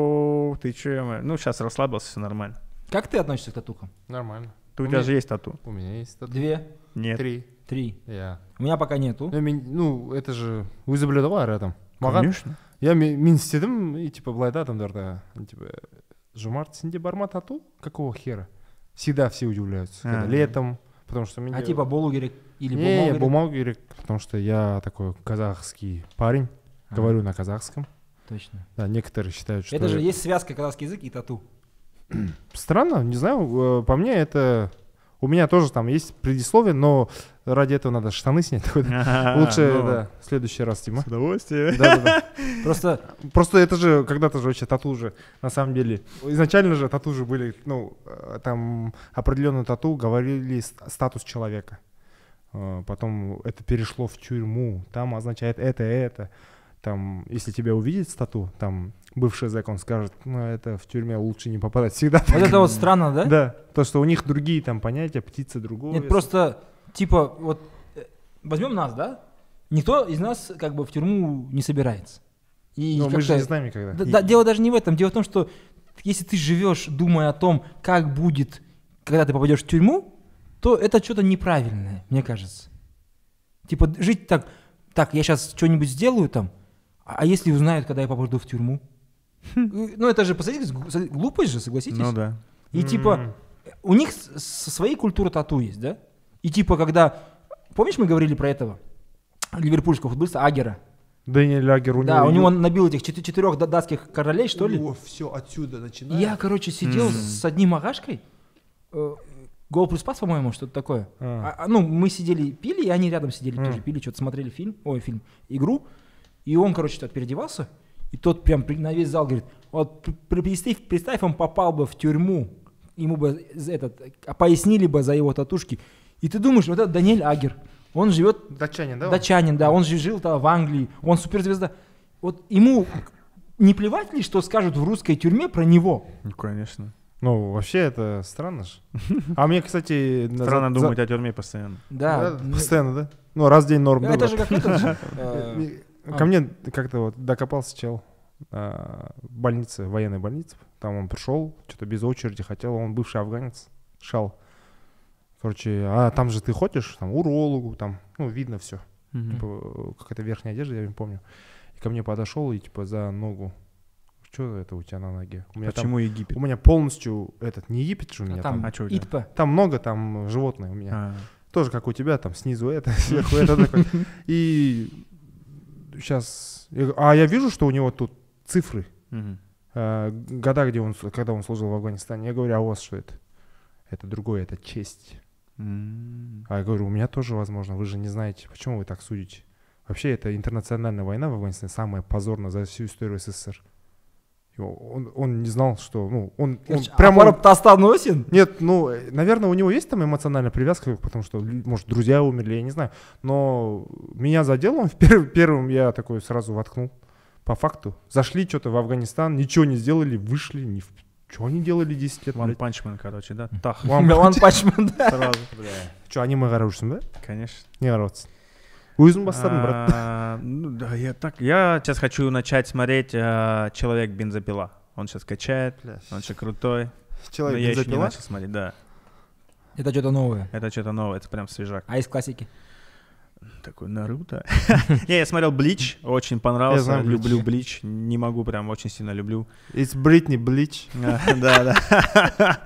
о, ты чё, я мать?» Ну, сейчас расслабился, все нормально. Как ты относишься к татухам? Нормально. Ты, у У тебя меня- же есть тату? У меня есть тату. Две, Нет. Три. три. Я. У меня пока нету. Ну, мен- ну, это же өзі біледі ғой әрі адам. Маған Конечно. я ме- мен істедім и типа былай да адамдарда типа жомарт сенде бар ма тату? Какого хера? Всегда все удивляются. Когда Ага. летом, потому что А менде- типа болу керек или Не, болмау керек? болмау керек, потому что я такой казахский парень, А, говорю на казахском. Точно. Да, некоторые считают, что Это же есть связка казахский язык и тату. странно, не знаю, э, по мне это... У меня тоже там есть предисловие, но ради этого надо штаны снять. Ага, Лучше, ну, да, в следующий раз, Тима. С удовольствием. Да-да-да. Просто Просто это же когда-то же вообще тату же, на самом деле. Изначально же тату же были, ну, э, там определенную тату говорили с- статус человека. Э, Потом это перешло в тюрьму, там означает это, это. Там, если тебя увидит с тату, там бывший зэк, он скажет: ну, это в тюрьме лучше не попадать. Всегда так. вот это вот странно, да? Да, то, что у них другие там понятия, птица другого. Нет, просто типа вот э, возьмем нас, да? Никто из нас как бы в тюрьму не собирается. И Но мы же как-то- не знаем никогда. Да, да, дело даже не в этом. Дело в том, что если ты живешь, думая о том, как будет, когда ты попадешь в тюрьму, то это что-то неправильное, мне кажется. Типа жить так, так, я сейчас что-нибудь сделаю там, а а если узнают, когда я попаду в тюрьму? Ну это же, посмотрите, гу- глупость же, согласитесь? Ну да. И типа М. у них с- со своей культуры тату есть, да? И типа когда, помнишь, мы говорили про этого ливерпульского футболиста Агера? Дэниэль Агер, у Да, него... у него он набил этих чет- четырех да- датских королей, что ли? все отсюда И начинает. я, короче, сидел Мгм. с одним агашкой, э, гол плюс пас, по-моему, что-то такое. А. А, а, ну, мы сидели, пили, и они рядом сидели М. тоже, пили, что-то смотрели фильм, ой, фильм, игру. И он, короче, что-то переодевался, и тот прям при- на весь зал говорит: вот пр- пр- представь, представь, он попал бы в тюрьму, ему бы за этот, а пояснили бы за его татушки. И ты думаешь, вот это Даниэль Агер, Он живет... Датчанин, да? Датчанин, да. Он же жил там в Англии. Он суперзвезда. Вот ему не плевать ли, что скажут в русской тюрьме про него? Ну, конечно. Ну, вообще это странно же. А мне, кстати... Странно думать о тюрьме постоянно. Да. Постоянно, да? Ну, раз в день норм. Это же как это... Ко мне как-то вот докопался чел в больнице, в военной больнице. Там он пришел, что-то без очереди хотел, он бывший афганец, шал. Короче, а там же ты ходишь, там урологу, там, ну, видно все. Мгм. Типа, какая-то верхняя одежда, я не помню. И ко мне подошел и типа за ногу. Что это у тебя на ноге? У меня Почему Египет? там, у меня полностью этот, не Египет же у меня А там. там А чё у тебя? ИТП. Там много там животных у меня. А, Тоже как у тебя, там снизу это, сверху это такое. И сейчас... А я вижу, что у него тут цифры. мгм. э, Года, где он, когда он служил в Афганистане. Я говорю, а у вас что это? Это другое, это честь. М. А я говорю, у меня тоже возможно. Вы же не знаете, почему вы так судите. Вообще, это интернациональная война в Афганистане, самая позорная за всю историю СССР. И Он, он не знал, что... Ну, он, он А прямо... пару Тастаносин? Нет, ну, э, наверное, у него есть там эмоциональная привязка, потому что, лю- может, друзья умерли, я не знаю. Но меня задел он в пер- первым, я такой сразу воткнул. По факту. Зашли что-то в Афганистан, ничего не сделали, вышли. Ни в... Что они делали десять лет, One блядь? Punch Man, короче, да? Тах. One One Punch Man, да. Сразу. Что, аниме гараушсың, да? Конечно. Не гараутсың. Өзің бастадың, брат. А, ну да, я так, я сейчас хочу начать смотреть а, «Человек бензопила». Он сейчас качает, он сейчас крутой. Но Человек я еще не бензопила? начал смотреть, да. Это что-то новое. Это что-то новое, это прям свежак. А из классики? Такой Наруто. Не, я смотрел Блич, очень понравился. знаю Bleach. Люблю Блич, не могу, прям очень сильно люблю. It's Britney Bleach. А, Да, да.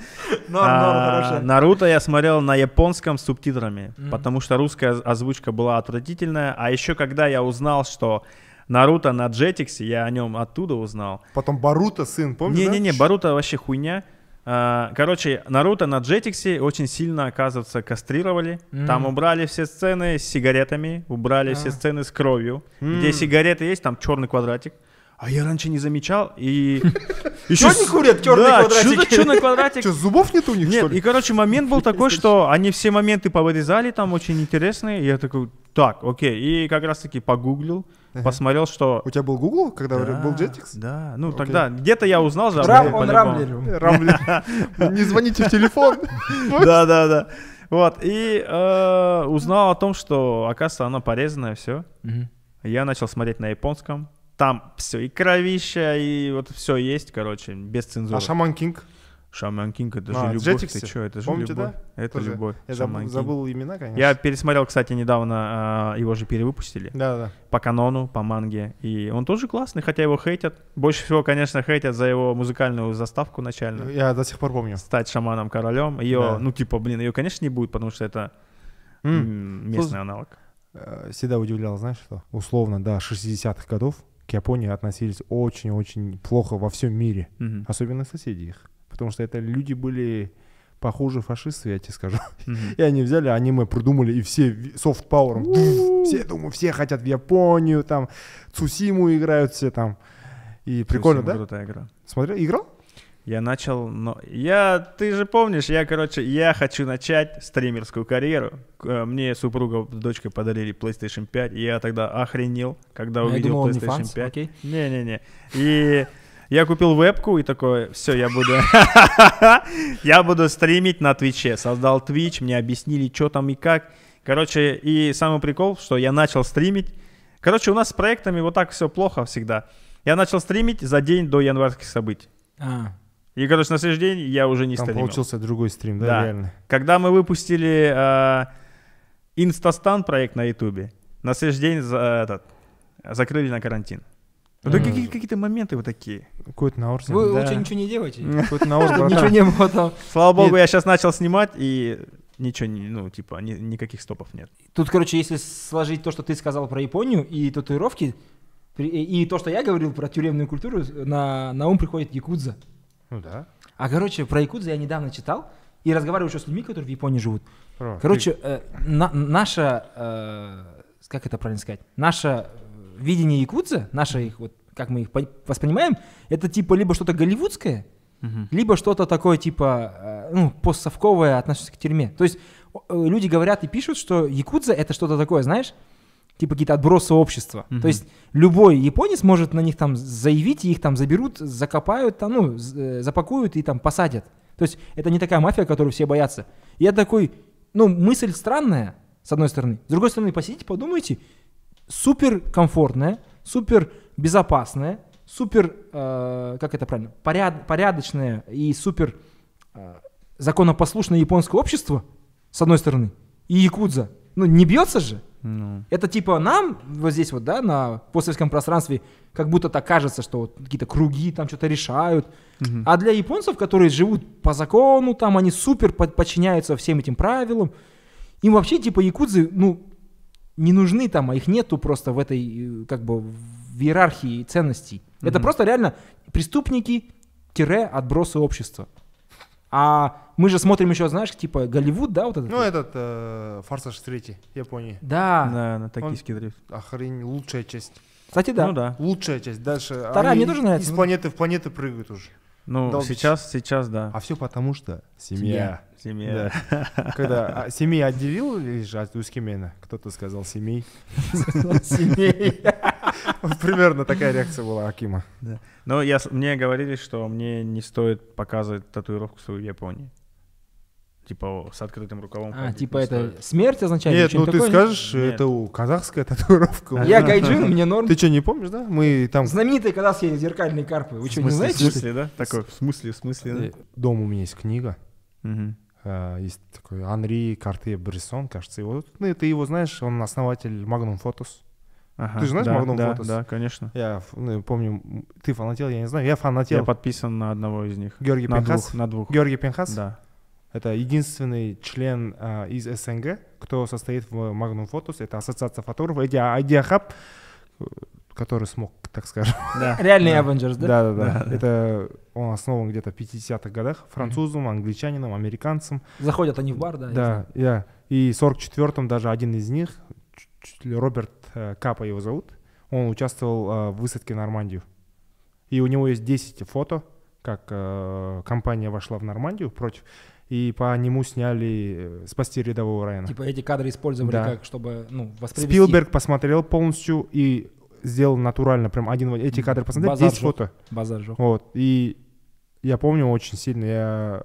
А, Наруто я смотрел на японском с субтитрами, Мгм. потому что русская озвучка была отвратительная. А еще когда я узнал, что Наруто на Джетиксе, я о нем оттуда узнал. Потом Баруто, сын, помнишь, да? Не-не-не, Боруто вообще хуйня. А, Короче, Наруто на Джетиксе очень сильно, оказывается, кастрировали. М. Там убрали все сцены с сигаретами, убрали А. все сцены с кровью. М. Где сигареты есть, там черный квадратик. А я раньше не замечал, и... Чё они курят, чёрный Да, квадратик? чё за черный квадратик? Что, зубов нет у них, что Нет, ли? и, короче, момент был такой, что они все моменты повырезали, там очень интересные. И я такой, так, окей. И как раз-таки погуглил, Ага. посмотрел, что... У тебя был Google, когда Да, был Jetix? Да, ну Окей. тогда где-то я узнал же об Рам- этом Он по-любому. рамблер. Рамблер. Не звоните в телефон. Да, да, да. Вот, и э, узнал о том, что, оказывается, она порезанная, все. Мгм. Я начал смотреть на японском. Там все, и кровища, и вот все есть, короче, без цензуры. А Шаман Кинг? Шаман Кинг, это А, же любовь, Jetix? ты чё, это же Помните, любовь. да? Это Тоже. любовь. Я Шаман забыл, Кинг. забыл имена, конечно. Я пересмотрел, кстати, недавно, а, его же перевыпустили. Да, да. По канону, по манге. И он тоже классный, хотя его хейтят. Больше всего, конечно, хейтят за его музыкальную заставку начальную. Я до сих пор помню. Стать шаманом-королем. Ее, Да. ну, типа, блин, ее, конечно, не будет, потому что это М. м, местный Слушай, аналог. э, Всегда удивлял, знаешь что? Условно, до шестидесятых годов к Японии относились очень-очень плохо во всем мире. Мгм. Особенно соседи их. Потому что это люди были похуже фашисты, я тебе скажу. Мгм. И они взяли аниме, придумали, и все софт-пауэром. Все, думаю, все хотят в Японию, там, Цусиму играют все там. И прикольно, Совсем да? крутая игра. Смотрел, играл? Я начал, но я, ты же помнишь, я, короче, я хочу начать стримерскую карьеру. К- э, Мне супруга с дочкой подарили PlayStation пять, и я тогда охренел, когда Я увидел думал, PlayStation OnlyFans, пять. окей. Не-не-не. И я купил вебку и такой, все, я буду, я буду стримить на Твиче. Создал Twitch, мне объяснили, что там и как. Короче, и самый прикол, что я начал стримить. Короче, у нас с проектами вот так все плохо всегда. Я начал стримить за день до январских событий. А, И, короче, на следующий день я уже не Там стримил. получился другой стрим, да, Да. реально. Когда мы выпустили э, Инстастан проект на Ютубе, на следующий день за, этот, закрыли на карантин. Вот Мгм. какие- какие-то моменты вот такие. Какой-то наорс. вы Да. лучше ничего не делайте. Какой-то наорс, Ничего братан. не было там. Слава богу, Нет. я сейчас начал снимать, и ничего, не, ну, типа, ни- никаких стопов нет. Тут, короче, если сложить то, что ты сказал про Японию и татуировки, при- и то, что я говорил про тюремную культуру, на, на ум приходит якудза. Ну да. А, короче, про якудза я недавно читал и разговаривал еще с людьми, которые в Японии живут. Прав. Короче, э, на- наша, э, как это правильно сказать, наше э, видение якудза, наше их, вот, как мы их по- воспринимаем, это типа либо что-то голливудское, либо что-то такое типа, э, ну, постсовковое относится к тюрьме. То есть э, люди говорят и пишут, что якудза — это что-то такое, знаешь, типа какие-то отбросы общества. Мгм. То есть любой японец может на них там заявить, и их там заберут, закопают, там, ну, з- э, запакуют и там посадят. То есть это не такая мафия, которую все боятся. И я такой, ну, мысль странная, с одной стороны. С другой стороны, посидите, подумайте, супер комфортная, супер безопасная, супер, э, как это правильно, поряд, порядочное и супер э, законопослушное японское общество, с одной стороны, и якудза. Ну, не бьется же. Ну, Это типа нам вот здесь вот, да, на постсоветском пространстве, как будто так кажется, что вот какие-то круги там что-то решают. мгм. А для японцев, которые живут по закону, там они супер под- подчиняются всем этим правилам, им вообще типа якудзы, ну, не нужны там, а их нету просто в этой, э, как бы, в иерархии ценностей. Это Мгм. просто реально преступники-отбросы общества. А мы же смотрим еще, знаешь, типа Голливуд, да, вот этот? Ну, этот э, «Форсаж третий», Японии. Да. Да, на токийский дрифт. Охренеть, лучшая часть. Кстати, да. Ну да. Лучшая часть. Дальше Вторая они мне тоже нравится. из планеты в планету прыгают уже. Ну, Долбись. сейчас, сейчас, да. А все потому что семья. Семья. Когда а, семья отделили же от Ускимена, кто-то сказал семей. Семей. Вот примерно такая реакция была Акима. Но я, с- мне говорили, что мне не стоит показывать татуировку свою в Японии. Типа с открытым рукавом. А, ходить типа не это стоит. смерть означает? или Нет, ну что-нибудь ты такое? скажешь, Нет. это у казахская татуировка. Я гайджин, мне норм. Ты что, не помнишь, да? Мы там... Знаменитые казахские зеркальные карпы. Вы В что, не смысле, знаете? в смысле, да? Такой, в смысле, в смысле, Э, Дома у меня есть книга. да? Мгм. э, Есть такой Анри Картье-Брессон, кажется. Его. Ну, и ты его знаешь, он основатель Magnum Photos. Ага, Ты же знаешь да, Magnum да, Photos? Да, конечно. Я ф- ну, помню, м, ты фанател, я не знаю. Я фанател. Я подписан на одного из них. Георгий На Пинхас. двух, на двух. Георгий Пинхас. Да. Это единственный член а, из СНГ, кто состоит в Magnum Photos. Это ассоциация фотографов. Это Айдиахаб, э, который смог, так скажем. Да. Реальный Да. Avengers, да? Да, да, да. Да, да. Это он основан где-то в пятидесятых годах. Французом, англичанином, американцем. Заходят они в бар, да? я Да, знаю. я. И в сорок четвёртом даже один из них, ч- чуть ли Роберт э, Капа его зовут, он участвовал э, в высадке в Нормандию. И у него есть десять фото, как э, компания вошла в Нормандию против, и по нему сняли э, «Спасти рядового Райана». Типа эти кадры использовали Да. как, чтобы, ну, воспроизвести. Спилберг посмотрел полностью и сделал натурально, прям один в один. Эти кадры посмотрел, Базар десять жёг. фото. Базар жёг. Вот, и я помню очень сильно, я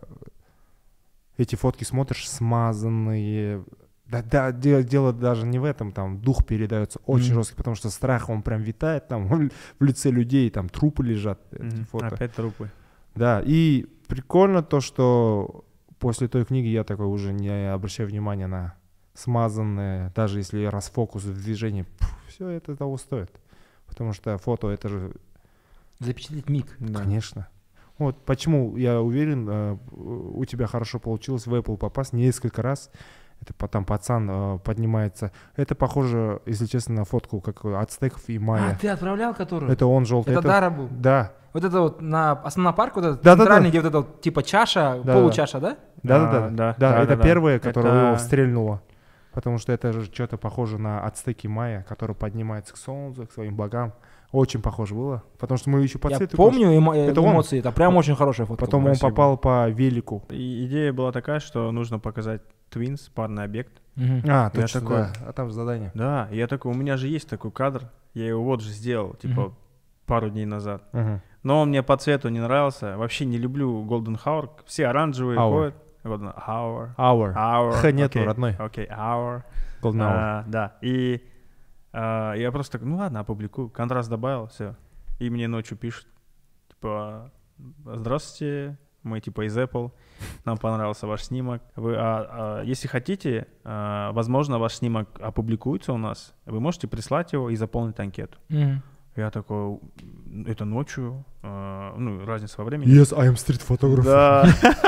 эти фотки смотришь, смазанные. Да, да, де- дело даже не в этом, там дух передается очень Мгм. жесткий, потому что страх, он прям витает, там в лице людей, там трупы лежат, эти Мгм. фото. Опять трупы. Да, и прикольно то, что после той книги я такой уже не обращаю внимания на смазанное, даже если расфокус в движении, все это того стоит. Потому что фото это же, Запечатлеть миг. Да. конечно. Вот почему я уверен, э, у тебя хорошо получилось в Apple попасть несколько раз. Это потом пацан э, поднимается. Это похоже, если честно, на фотку как у ацтеков и А, майя. ты отправлял которую? Это он желтый. Это Дара был. Да, Вот это вот на Основнопарк, вот этот Да-да-да. центральный, где вот это вот, типа чаша, Да-да. получаша, да? да, да, А, да, да, да, да, это да, да. первое, которое Это- его стрельнуло. Потому что это же что-то похоже на ацтеки майя, который поднимается к солнцу, к своим богам. Очень похоже было. Потому что мы еще по Я цвету. помню эмо- э, Это он. эмоции, это прям очень хорошая фотка. Потом была. он Спасибо. попал по велику. И идея была такая, что нужно показать Twins, парный объект. Мгм. А, точно, такой- да. А там же задание. Да, я такой, у меня же есть такой кадр, я его вот же сделал, типа, Мгм. пару дней назад. Мгм. Но он мне по цвету не нравился. Вообще не люблю Golden Hour. Все оранжевые Hour. ходят. Golden Hour. Hour. Hour. Х нету, окей, родной. Окей, Hour. Golden Hour. А, да. И а, я просто такой, ну ладно, опубликую. Контраст добавил, все. И мне ночью пишут, типа, здравствуйте, мы типа из Apple, нам понравился ваш снимок. Вы, а, а, если хотите, а, возможно, ваш снимок опубликуется у нас, вы можете прислать его и заполнить анкету. Мгм. Я такой, это ночью, а, ну, разница во времени. Yes, I am street photographer. Да.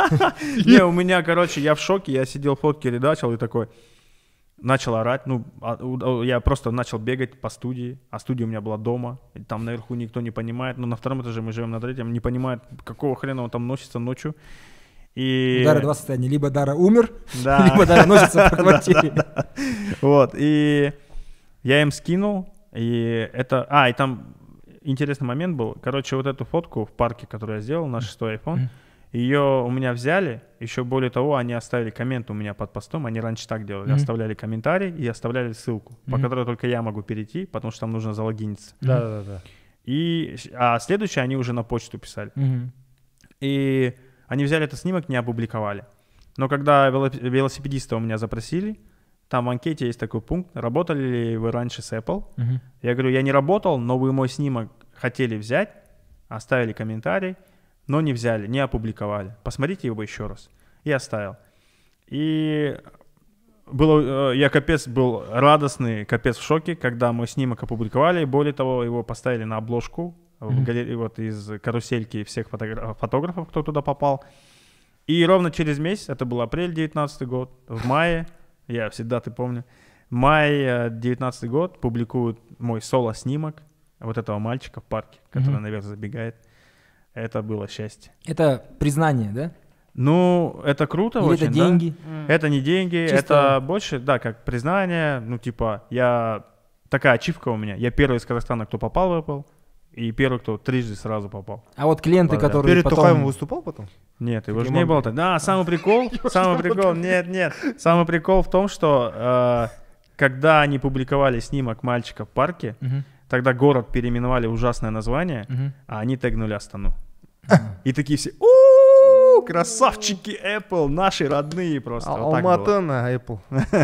Не, у меня, короче, я в шоке, я сидел фотки редачил и такой, начал орать, ну, а- у- я просто начал бегать по студии, а студия у меня была дома, и там наверху никто не понимает, ну, на втором этаже мы живем на третьем, не понимает, какого хрена он там носится ночью. И... У Дары два состояния. Либо Дара умер, Да. либо Дара носится по квартире. Вот, и я им скинул, и это... А, и там интересный момент был. Короче, вот эту фотку в парке, которую я сделал, на шестой iPhone, Мгм. Ее у меня взяли, еще более того, они оставили коммент у меня под постом, они раньше так делали, Мгм. оставляли комментарий и оставляли ссылку, по Мгм. которой только я могу перейти, потому что там нужно залогиниться. Да, да, да. И, а следующее они уже на почту писали. Мгм. И они взяли этот снимок, не опубликовали. Но когда вело- велосипедиста у меня запросили, там в анкете есть такой пункт, работали ли вы раньше с Apple? Мгм. Я говорю, я не работал, но вы мой снимок хотели взять, оставили комментарий, но не взяли, не опубликовали. Посмотрите его еще раз. И оставил. И было, э, я капец был радостный, капец в шоке, когда мой снимок опубликовали. И более того, его поставили на обложку в Мгм. галере- вот из карусельки всех фотогра- фотографов, кто туда попал. И ровно через месяц, это был апрель девятнадцатый год, в мае, я все даты помню, май девятнадцатый год публикуют мой соло-снимок вот этого мальчика в парке, который Мгм. наверх забегает. Это было счастье. Это признание, да? Ну, это круто Или очень, это да? деньги? Это не деньги, Чисто- это больше, да, как признание. Ну, типа, я... Такая ачивка у меня. Я первый из Казахстана, кто попал в Apple, и первый, кто трижды сразу попал. А вот клиенты, Ладно. которые Перед потом... Тухаевым выступал потом? Нет, его Как же я не могу- было так. Да, самый прикол, самый прикол, нет, нет. Самый прикол в том, что э, когда они публиковали снимок мальчика в парке, Мгм. тогда город переименовали ужасное название, Мгм. а они тегнули Астану. И такие все, у красавчики Apple, наши родные просто. Вот так было. Алматы на Apple.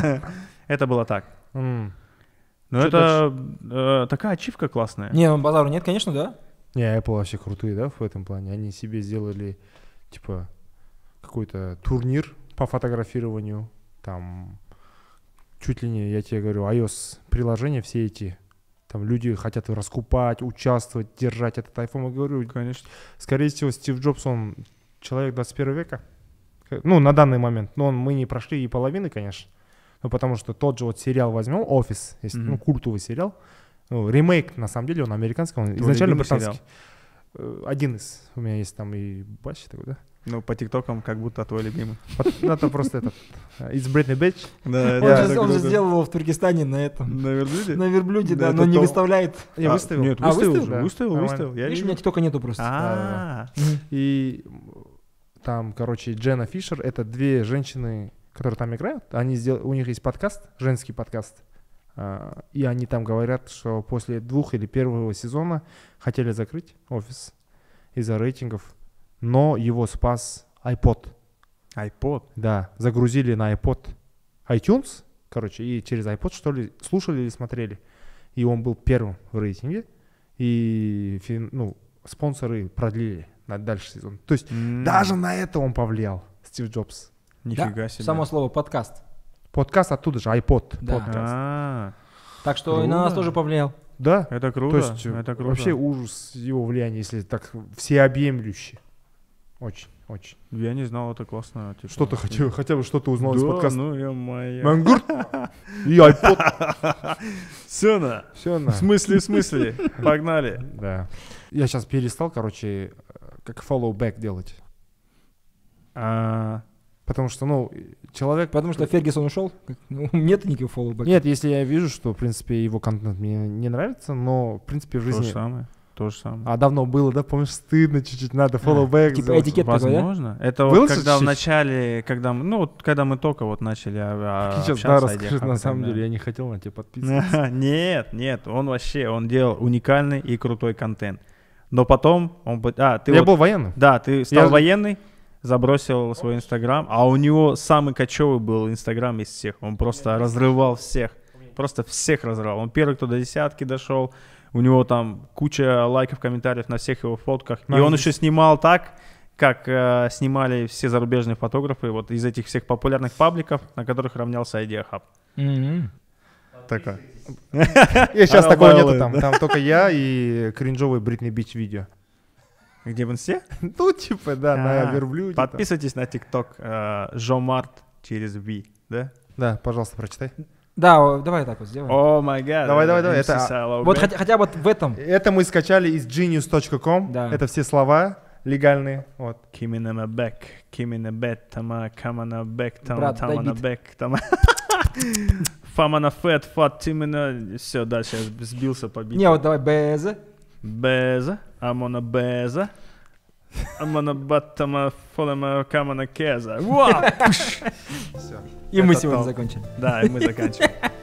Это было так. М. Но Чё это э, такая ачивка классная. Не, ну базару нет, конечно, да? Не, Apple вообще крутые, да, в этом плане. Они себе сделали, типа, какой-то турнир по фотографированию. Там, чуть ли не, я тебе говорю, iOS-приложения все эти. Там люди хотят раскупать, участвовать, держать этот iPhone. Я говорю, Конечно. скорее всего, Стив Джобс, он человек двадцать первого века. Ну, на данный момент. Но он, мы не прошли и половины, конечно. Ну, потому что тот же вот сериал возьмем, «Офис», есть, Мгм. ну, культовый сериал. Ну, ремейк, на самом деле, он американский, он Твой изначально любимый британский. Э, Один из. У меня есть там и Бач такой, да? Ну, по тиктокам как будто твой любимый. Вот, ну, это просто этот. э, It's Britney Bitch. Да, Он, же, он же сделал его в Туркестане на этом. На верблюде? На верблюде, Да, да, но это не то- выставляет. Я А, выставил. Нет, А, выставил выставил? же, Да, выставил, нормально. выставил. Я Видишь, у вижу. меня тиктока нету просто. А, Мгм. И м, там, короче, Дженна Фишер, это две женщины, которые там играют. Они сделали, у них есть подкаст, женский подкаст. А, и они там говорят, что после двух или первого сезона хотели закрыть офис из-за рейтингов, но его спас iPod. iPod. Да, загрузили на iPod iTunes, короче, и через iPod что ли слушали или смотрели. И он был первым в рейтинге. И фин- ну, спонсоры продлили на дальше сезон. То есть М, даже на это он повлиял, Стив Джобс. Нифига Да, себе. само слово подкаст. Подкаст оттуда же, iPod. Да. Подкаст. А, Так что и на нас Круто. тоже повлиял. Да, это круто, то есть э, это круто. вообще ужас его влияния, если так всеобъемлющий. Очень, очень. Я не знал, это классно. типа. Что-то хотел, хотя бы что-то узнал Да, из подкаста. ну ё-моё. Мангур и iPod. Сына, Все в на. смысле, в смысле? Погнали. Да. Я сейчас перестал, короче, э, как follow back делать. А, Потому что, ну, человек... Потому что Фергюсон ушел. Ну, нет никаких фоллоубэков. Нет, если я вижу, что, в принципе, его контент мне не нравится, но, в принципе, в то же жизни... самое. То же самое. А давно было, да? Помнишь, стыдно чуть-чуть, надо follow back Типа сделать. этикет такой, да? Возможно. Это Было вот когда в чуть-чуть? начале, когда мы, ну, вот когда мы только вот начали а, а, Сейчас, общаться, да, о расскажи, идеях, на а самом потом, деле, да. я не хотел на тебя подписываться. Нет, нет, он вообще, он делал уникальный и крутой контент. Но потом, он, бы- а, ты Я вот- был военным. да, ты стал Я- военный, забросил свой Инстаграм, а у него самый кочевый был Инстаграм из всех. Он просто разрывал всех, просто всех разрывал. Он первый, кто до десятки дошел. У него там куча лайков, комментариев на всех его фотках. И он Nice. еще снимал так, как э, снимали все зарубежные фотографы вот из этих всех популярных пабликов, на которых равнялся Idea Hub. Мгм. Такой. И сейчас Она такого балует, нету там. Там только я и кринжовый Бритни Бич видео. Где в Инсте? Ну, типа, да, на А, верблюде. там. Подписывайтесь на ТикТок Жомарт через V, да? Да, пожалуйста, прочитай. Да, о, давай так вот сделаем. О май гад. Давай, давай, давай, эм си это- Silo, Вот блин. хотя, хотя бы в этом. Это мы скачали из genius точка ком. Да. Это все слова легальные. Вот. Kimi на my back, Kimi на bed, тама, кама на back, тама, Брат, тама дай на бит. back, тама. Фама на fat, fat, Тими на... Все, дальше я сбился по биту. Не, вот давай БЗ. Беза, I'm on a беза. Аманабаттама фолема камана кеза. Вау! Все. И мы Это сегодня топ. закончили. Да, и мы заканчиваем.